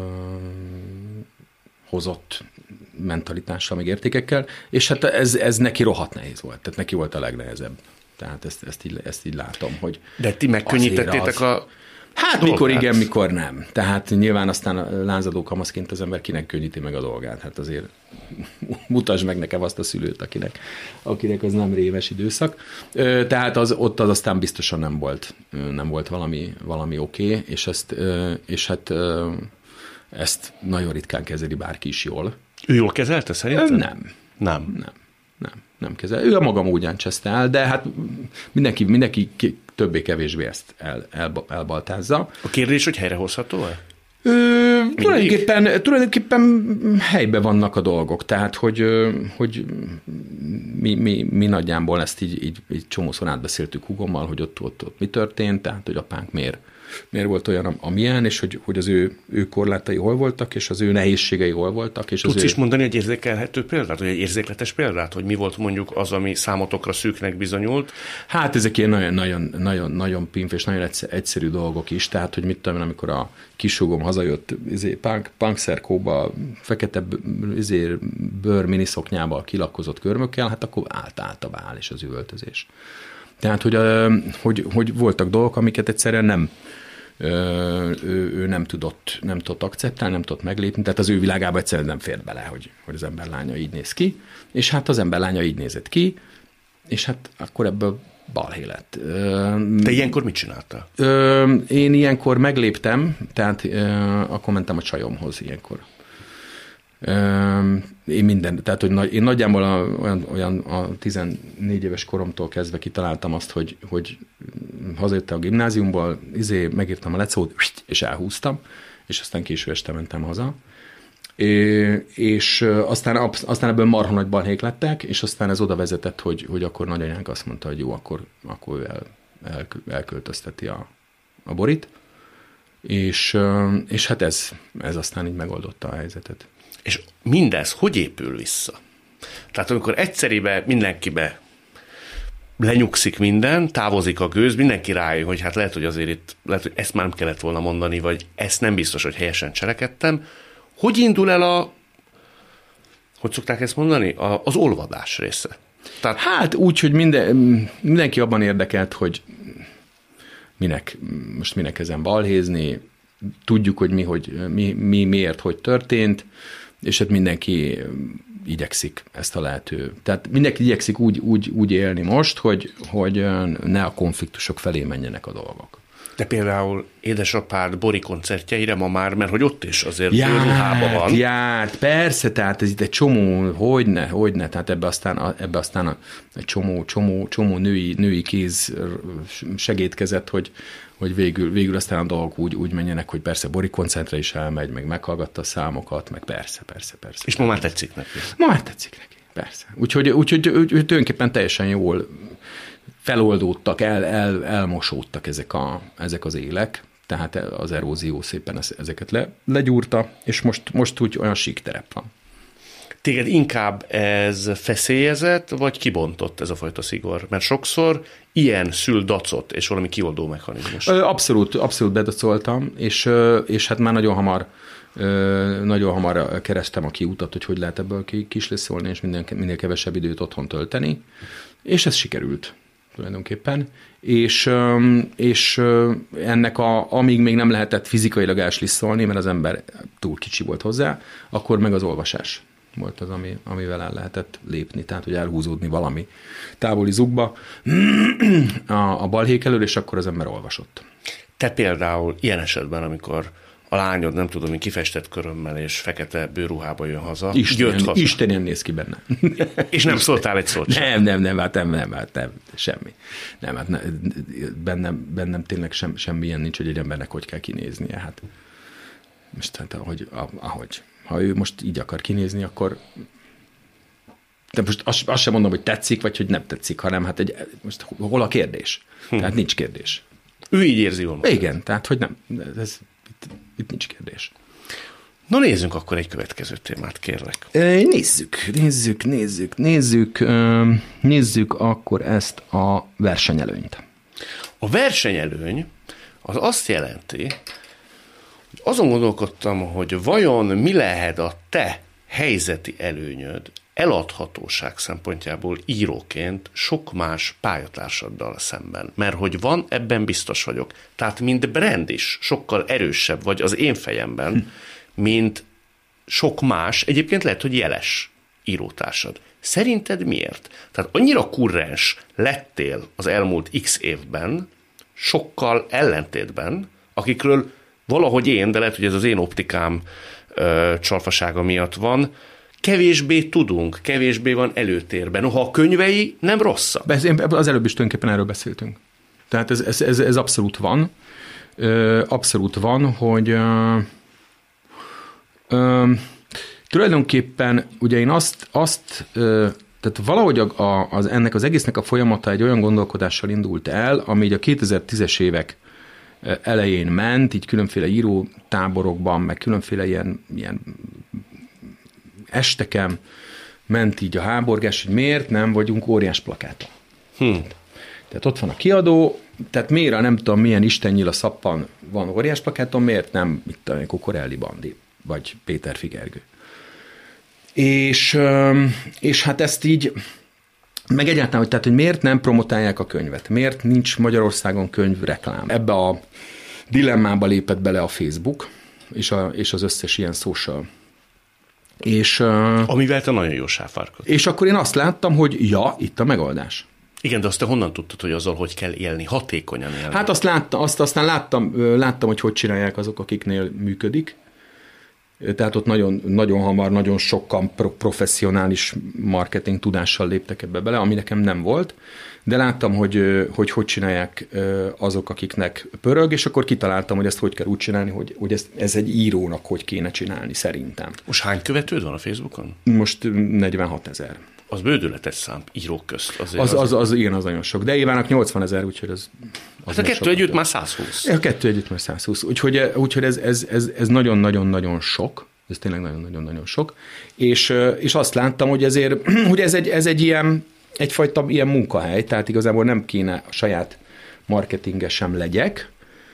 hozott mentalitással, meg értékekkel, és hát ez neki rohadt nehéz volt, tehát neki volt a legnehezebb. Tehát ezt így látom, hogy... De ti megkönnyítettétek a... Hát mikor igen, mikor nem. Tehát nyilván aztán lázadó kamaszként az ember kinek könnyíti meg a dolgát. Hát azért mutasd meg nekem azt a szülőt, akinek az nem rémes időszak. Tehát ott az aztán biztosan nem volt valami oké, és hát ezt nagyon ritkán kezeli bárki is jól. Ő jól kezelte szerintem? Nem kezel. Ő a maga módján cseszte el, de hát mindenki többé-kevésbé ezt elbaltázza. A kérdés, hogy helyrehozható-e? Tulajdonképpen helyben vannak a dolgok, tehát hogy mi nagyjából ezt így csomószor átbeszéltük húgommal, hogy ott mi történt, tehát hogy apánk miért volt olyan, amilyen, és hogy az ő korlátai hol voltak, és az ő nehézségei hol voltak. És tudsz is mondani egy érzékelhető példát, vagy egy érzékletes példát, hogy mi volt mondjuk az, ami számotokra szűknek bizonyult? Hát ezek ilyen nagyon pimf és nagyon egyszerű dolgok is, tehát hogy mit tudom, amikor a kisúgom hazajött punkszerkóba, fekete bőr miniszoknyába kilakkozott körmökkel, hát akkor állt a bál és az üvöltözés. Tehát, hogy voltak dolgok, amiket egyszerűen ő nem tudott akceptálni, nem tudott meglépni, tehát az ő világába egyszerűen nem fért bele, hogy az ember lánya így néz ki, és hát az ember lánya így nézett ki, és hát akkor ebből balhé lett. Te ilyenkor mit csináltál? Én ilyenkor megléptem, tehát akkor mentem a csajomhoz ilyenkor. Tehát hogy én nagyjából olyan a 14 éves koromtól kezdve kitaláltam azt, hogy hazajöttem a gimnáziumból, megírtam a lecót, és elhúztam, és aztán késő este mentem haza. És aztán ebből marha nagy balhék lettek, és aztán ez oda vezetett, hogy akkor nagyanyánk azt mondta, hogy jó, akkor ő elköltözteti a Borit, és hát ez aztán így megoldotta a helyzetet. És mindez hogy épül vissza? Tehát amikor egyszerűen mindenkibe lenyugszik minden, távozik a gőz, mindenki rájön, hogy hát lehet, hogy azért lehet, hogy ezt már nem kellett volna mondani, vagy ezt nem biztos, hogy helyesen cselekedtem. Hogy indul el hogy szokták ezt mondani? Az olvadás része. Tehát... Hát úgy, hogy mindenki abban érdekelt, hogy minek ezen balhézni, tudjuk, hogy mi miért, hogy történt, és hát mindenki igyekszik ezt a lehető. Tehát mindenki igyekszik úgy élni most, hogy ne a konfliktusok felé menjenek a dolgok. De például édesapád Bori koncertjeire ma már, mert hogy ott is azért ruhában van. Járt, persze, tehát ez itt egy csomó, hogyne, tehát ebbe aztán egy csomó női kéz segítkezett, hogy végül aztán a dolgok úgy menjenek, hogy persze Bori koncertre is elmegy, meg meghallgatta a számokat, meg persze. És ma már tetszik neki. Ma már tetszik neki, persze. Úgyhogy tulajdonképpen teljesen jól feloldódtak, elmosódtak ezek az élek, tehát az erózió szépen ezeket legyúrta, és most úgy olyan sík terep van. Téged inkább ez feszélyezett, vagy kibontott ez a fajta szigor? Mert sokszor ilyen szül dacot, és valami kioldó mechanizmus. Abszolút bedacoltam, és hát már nagyon hamar kerestem a kiutat, hogy lehet ebből kislisszolni, és minél kevesebb időt otthon tölteni, és ez sikerült tulajdonképpen, és ennek amíg még nem lehetett fizikailag elslisszolni, mert az ember túl kicsi volt hozzá, akkor meg az olvasás volt az, amivel el lehetett lépni, tehát hogy elhúzódni valami távoli zugba a balhék elől, és akkor az ember olvasott. Te például ilyen esetben, amikor a lányod, nem tudom, kifestett körömmel és fekete bőruhába jön haza. Istenien néz ki benne. És nem szóltál egy szót sem? Nem, semmi. Nem, hát bennem tényleg semmi ilyen nincs, hogy egy embernek hogy kell kinéznie. Hát most hát ahogy. Ha ő most így akar kinézni, akkor de most azt sem mondom, hogy tetszik, vagy hogy nem tetszik, hanem hát most hol a kérdés? Tehát nincs kérdés. Ő így érzi jól. Igen, tehát hogy nem, itt nincs kérdés. Na nézzünk akkor egy következő témát, kérlek. Nézzük akkor ezt a versenyelőnyt. A versenyelőny az azt jelenti, hogy azon gondolkodtam, hogy vajon mi lehet a te helyzeti előnyöd eladhatóság szempontjából íróként sok más pályatársaddal szemben. Mert hogy van, ebben biztos vagyok. Tehát mint brand is sokkal erősebb vagy az én fejemben, mint sok más, egyébként lehet, hogy jeles írótársad. Szerinted miért? Tehát annyira kurrens lettél az elmúlt x évben, sokkal ellentétben, akikről valahogy én, de lehet, hogy ez az én optikám csalfasága miatt van, kevésbé tudunk, kevésbé van előtérben. Noha a könyvei nem rosszak. Az előbb is tulajdonképpen erről beszéltünk. Tehát ez abszolút van. Abszolút van, hogy tulajdonképpen ugye én tehát valahogy ennek az egésznek a folyamata egy olyan gondolkodással indult el, ami így a 2010-es évek elején ment, így különféle írótáborokban, meg különféle ilyen esteken ment így a háborgás, hogy miért nem vagyunk óriás plakáton. Tehát ott van a kiadó, tehát miért nem tudom milyen istennyila szappan van óriás plakáton, miért nem, mit tudom, Kokorelli Bandi, vagy Péter Figergő. És hát ezt így, meg egyáltalán, hogy miért nem promotálják a könyvet, miért nincs Magyarországon könyvreklám. Ebbe a dilemmába lépett bele a Facebook, és az összes ilyen social. Amivel te nagyon jó sáfárkod. És akkor én azt láttam, hogy itt a megoldás. Igen, de azt te honnan tudtad, hogy azzal hogy kell élni, hatékonyan élni? Hát aztán láttam, hogy csinálják azok, akiknél működik. Tehát ott nagyon, nagyon hamar, nagyon sokan professzionális marketing tudással léptek ebbe bele, ami nekem nem volt, de láttam, hogy csinálják azok, akiknek pörög, és akkor kitaláltam, hogy ezt hogy kell úgy csinálni, hogy ez egy írónak hogy kéne csinálni szerintem. Most hány követőd van a Facebookon? Most 46 000. Az bődületes szám írók közt. Igen, az nagyon sok. De Évának 80 000, úgyhogy az hát a kettő együtt már 120. A kettő együtt már 120. Úgyhogy ez nagyon-nagyon-nagyon sok. Ez tényleg nagyon-nagyon-nagyon sok. És azt láttam, hogy ez egy ilyen, egyfajta ilyen munkahely, tehát igazából nem kéne a saját marketingesem legyek,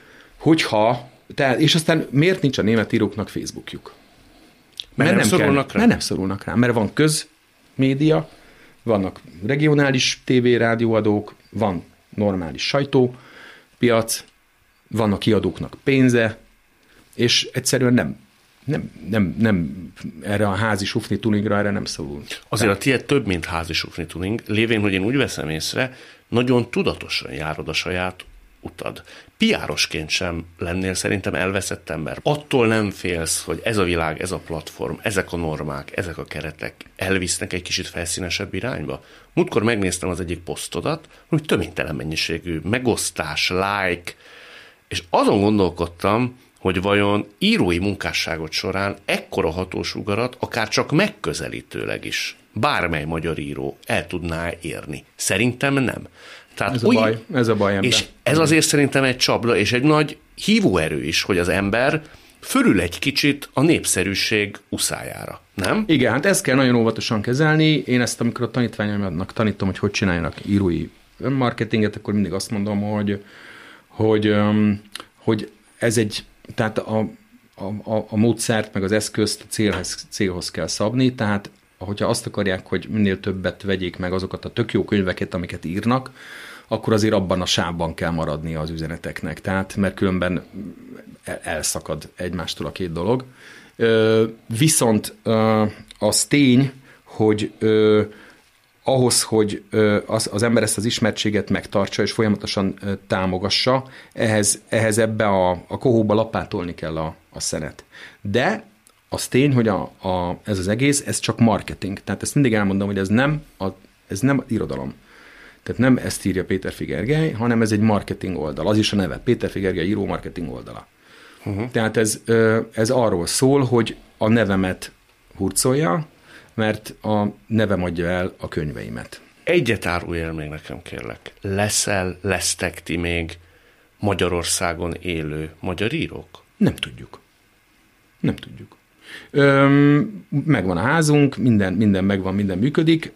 és aztán miért nincs a német íróknak Facebookjuk? Mert nem szorulnak rá? Mert nem szorulnak rá, mert van közmédia, vannak regionális TV, rádióadók, van normális sajtópiac, vannak kiadóknak pénze, és egyszerűen nem erre a házi sufni tuningra erre nem szorul. Azért a tiéd több, mint házi sufni tuning, lévén, hogy én úgy veszem észre, nagyon tudatosan járod a saját utad. PR-osként sem lennél szerintem elveszett ember. Attól nem félsz, hogy ez a világ, ez a platform, ezek a normák, ezek a keretek elvisznek egy kicsit felszínesebb irányba. Múltkor megnéztem az egyik posztodat, hogy töménytelen mennyiségű megosztás, like, és azon gondolkodtam, hogy vajon írói munkásságot során ekkora hatósugarat akár csak megközelítőleg is bármely magyar író el tudná érni. Szerintem nem. Tehát ez a baj ebben. És ez azért szerintem egy csapda, és egy nagy hívóerő is, hogy az ember fölül egy kicsit a népszerűség uszájára, nem? Igen, hát ezt kell nagyon óvatosan kezelni. Én ezt, amikor a tanítványaimnak tanítom, hogy csináljanak írói önmarketinget, akkor mindig azt mondom, hogy ez egy, tehát a módszert, meg az eszközt célhoz kell szabni, tehát hogyha azt akarják, hogy minél többet vegyék meg azokat a tök jó könyveket, amiket írnak, akkor azért abban a sávban kell maradni az üzeneteknek. Tehát, mert különben elszakad egymástól a két dolog. Viszont az tény, hogy ahhoz, hogy az ember ezt az ismertséget megtartsa és folyamatosan támogassa, ehhez ebbe a kohóba lapátolni kell a szenet. De az tény, hogy ez az egész, ez csak marketing. Tehát ezt mindig elmondom, hogy ez nem irodalom. Tehát nem ezt írja Péterfi Gergely, hanem ez egy marketing oldal. Az is a neve. Péterfi Gergely író marketing oldala. Uh-huh. Tehát ez arról szól, hogy a nevemet hurcolja, mert a nevem adja el a könyveimet. Egyet árulj el még nekem, kérlek. Lesztek ti még Magyarországon élő magyar írók? Nem tudjuk. Megvan a házunk, minden megvan, minden működik.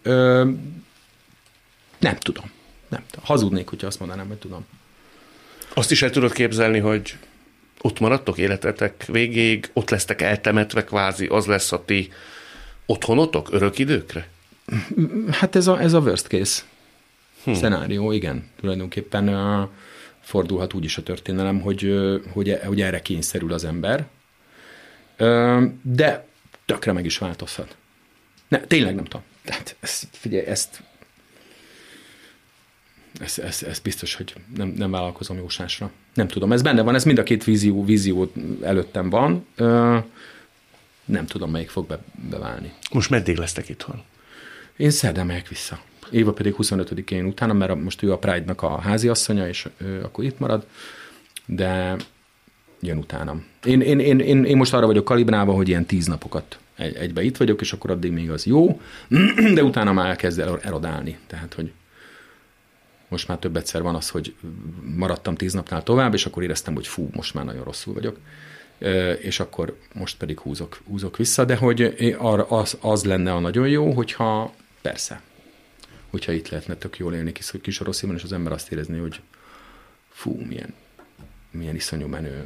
Nem tudom. Hazudnék, hogyha azt mondanám, hogy tudom. Azt is el tudod képzelni, hogy ott maradtok életetek végéig, ott lesztek eltemetve kvázi, az lesz a ti otthonotok örök időkre? Hát ez a worst case szenárió, igen. Tulajdonképpen fordulhat úgy is a történelem, hogy erre kényszerül az ember. De tökre meg is változhat. Tényleg nem tudom. Tehát figyelj, ezt biztos, hogy nem vállalkozom jósásra. Nem tudom, ez benne van, ez mind a két vízió előttem van. Nem tudom, melyik fog beválni. Most meddig lesztek itthon? Én szerdán megyek vissza. Éva pedig 25-én utána, mert most ő a Pride-nak a háziasszonya, és ő akkor itt marad, de jön utánam. Én most arra vagyok kalibrálva, hogy ilyen 10 napokat egybe itt vagyok, és akkor addig még az jó, de utána már elkezd erodálni. Tehát, hogy most már több egyszer van az, hogy maradtam 10 napnál tovább, és akkor éreztem, hogy most már nagyon rosszul vagyok. És akkor most pedig húzok vissza, de hogy az lenne a nagyon jó, hogyha itt lehetne tök jól élni Kisorosziban, és az ember azt érezni, hogy milyen iszonyú menő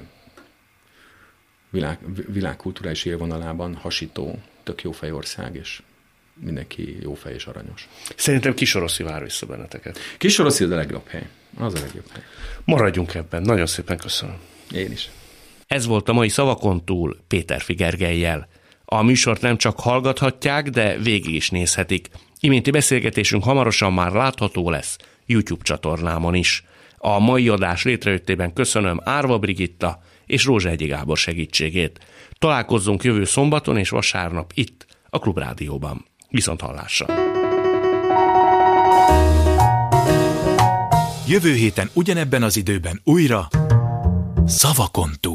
világkulturális élvonalában hasító, tök jó fejország, és mindenki jó fej és aranyos. Szerintem Kisoroszi vár vissza benneteket. Kisoroszi az a legjobb hely. Az a legjobb hely. Maradjunk ebben. Nagyon szépen köszönöm. Én is. Ez volt a mai Szavakon túl Péterfi Gergellyel. A műsort nem csak hallgathatják, de végig is nézhetik. Iménti beszélgetésünk hamarosan már látható lesz YouTube csatornámon is. A mai adás létrejöttében köszönöm Árva Brigitta és Rózsa Egyi Gábor segítségét. Találkozzunk jövő szombaton és vasárnap itt, a Klubrádióban. Viszonthallásra! Jövő héten ugyanebben az időben újra Szavakon túl.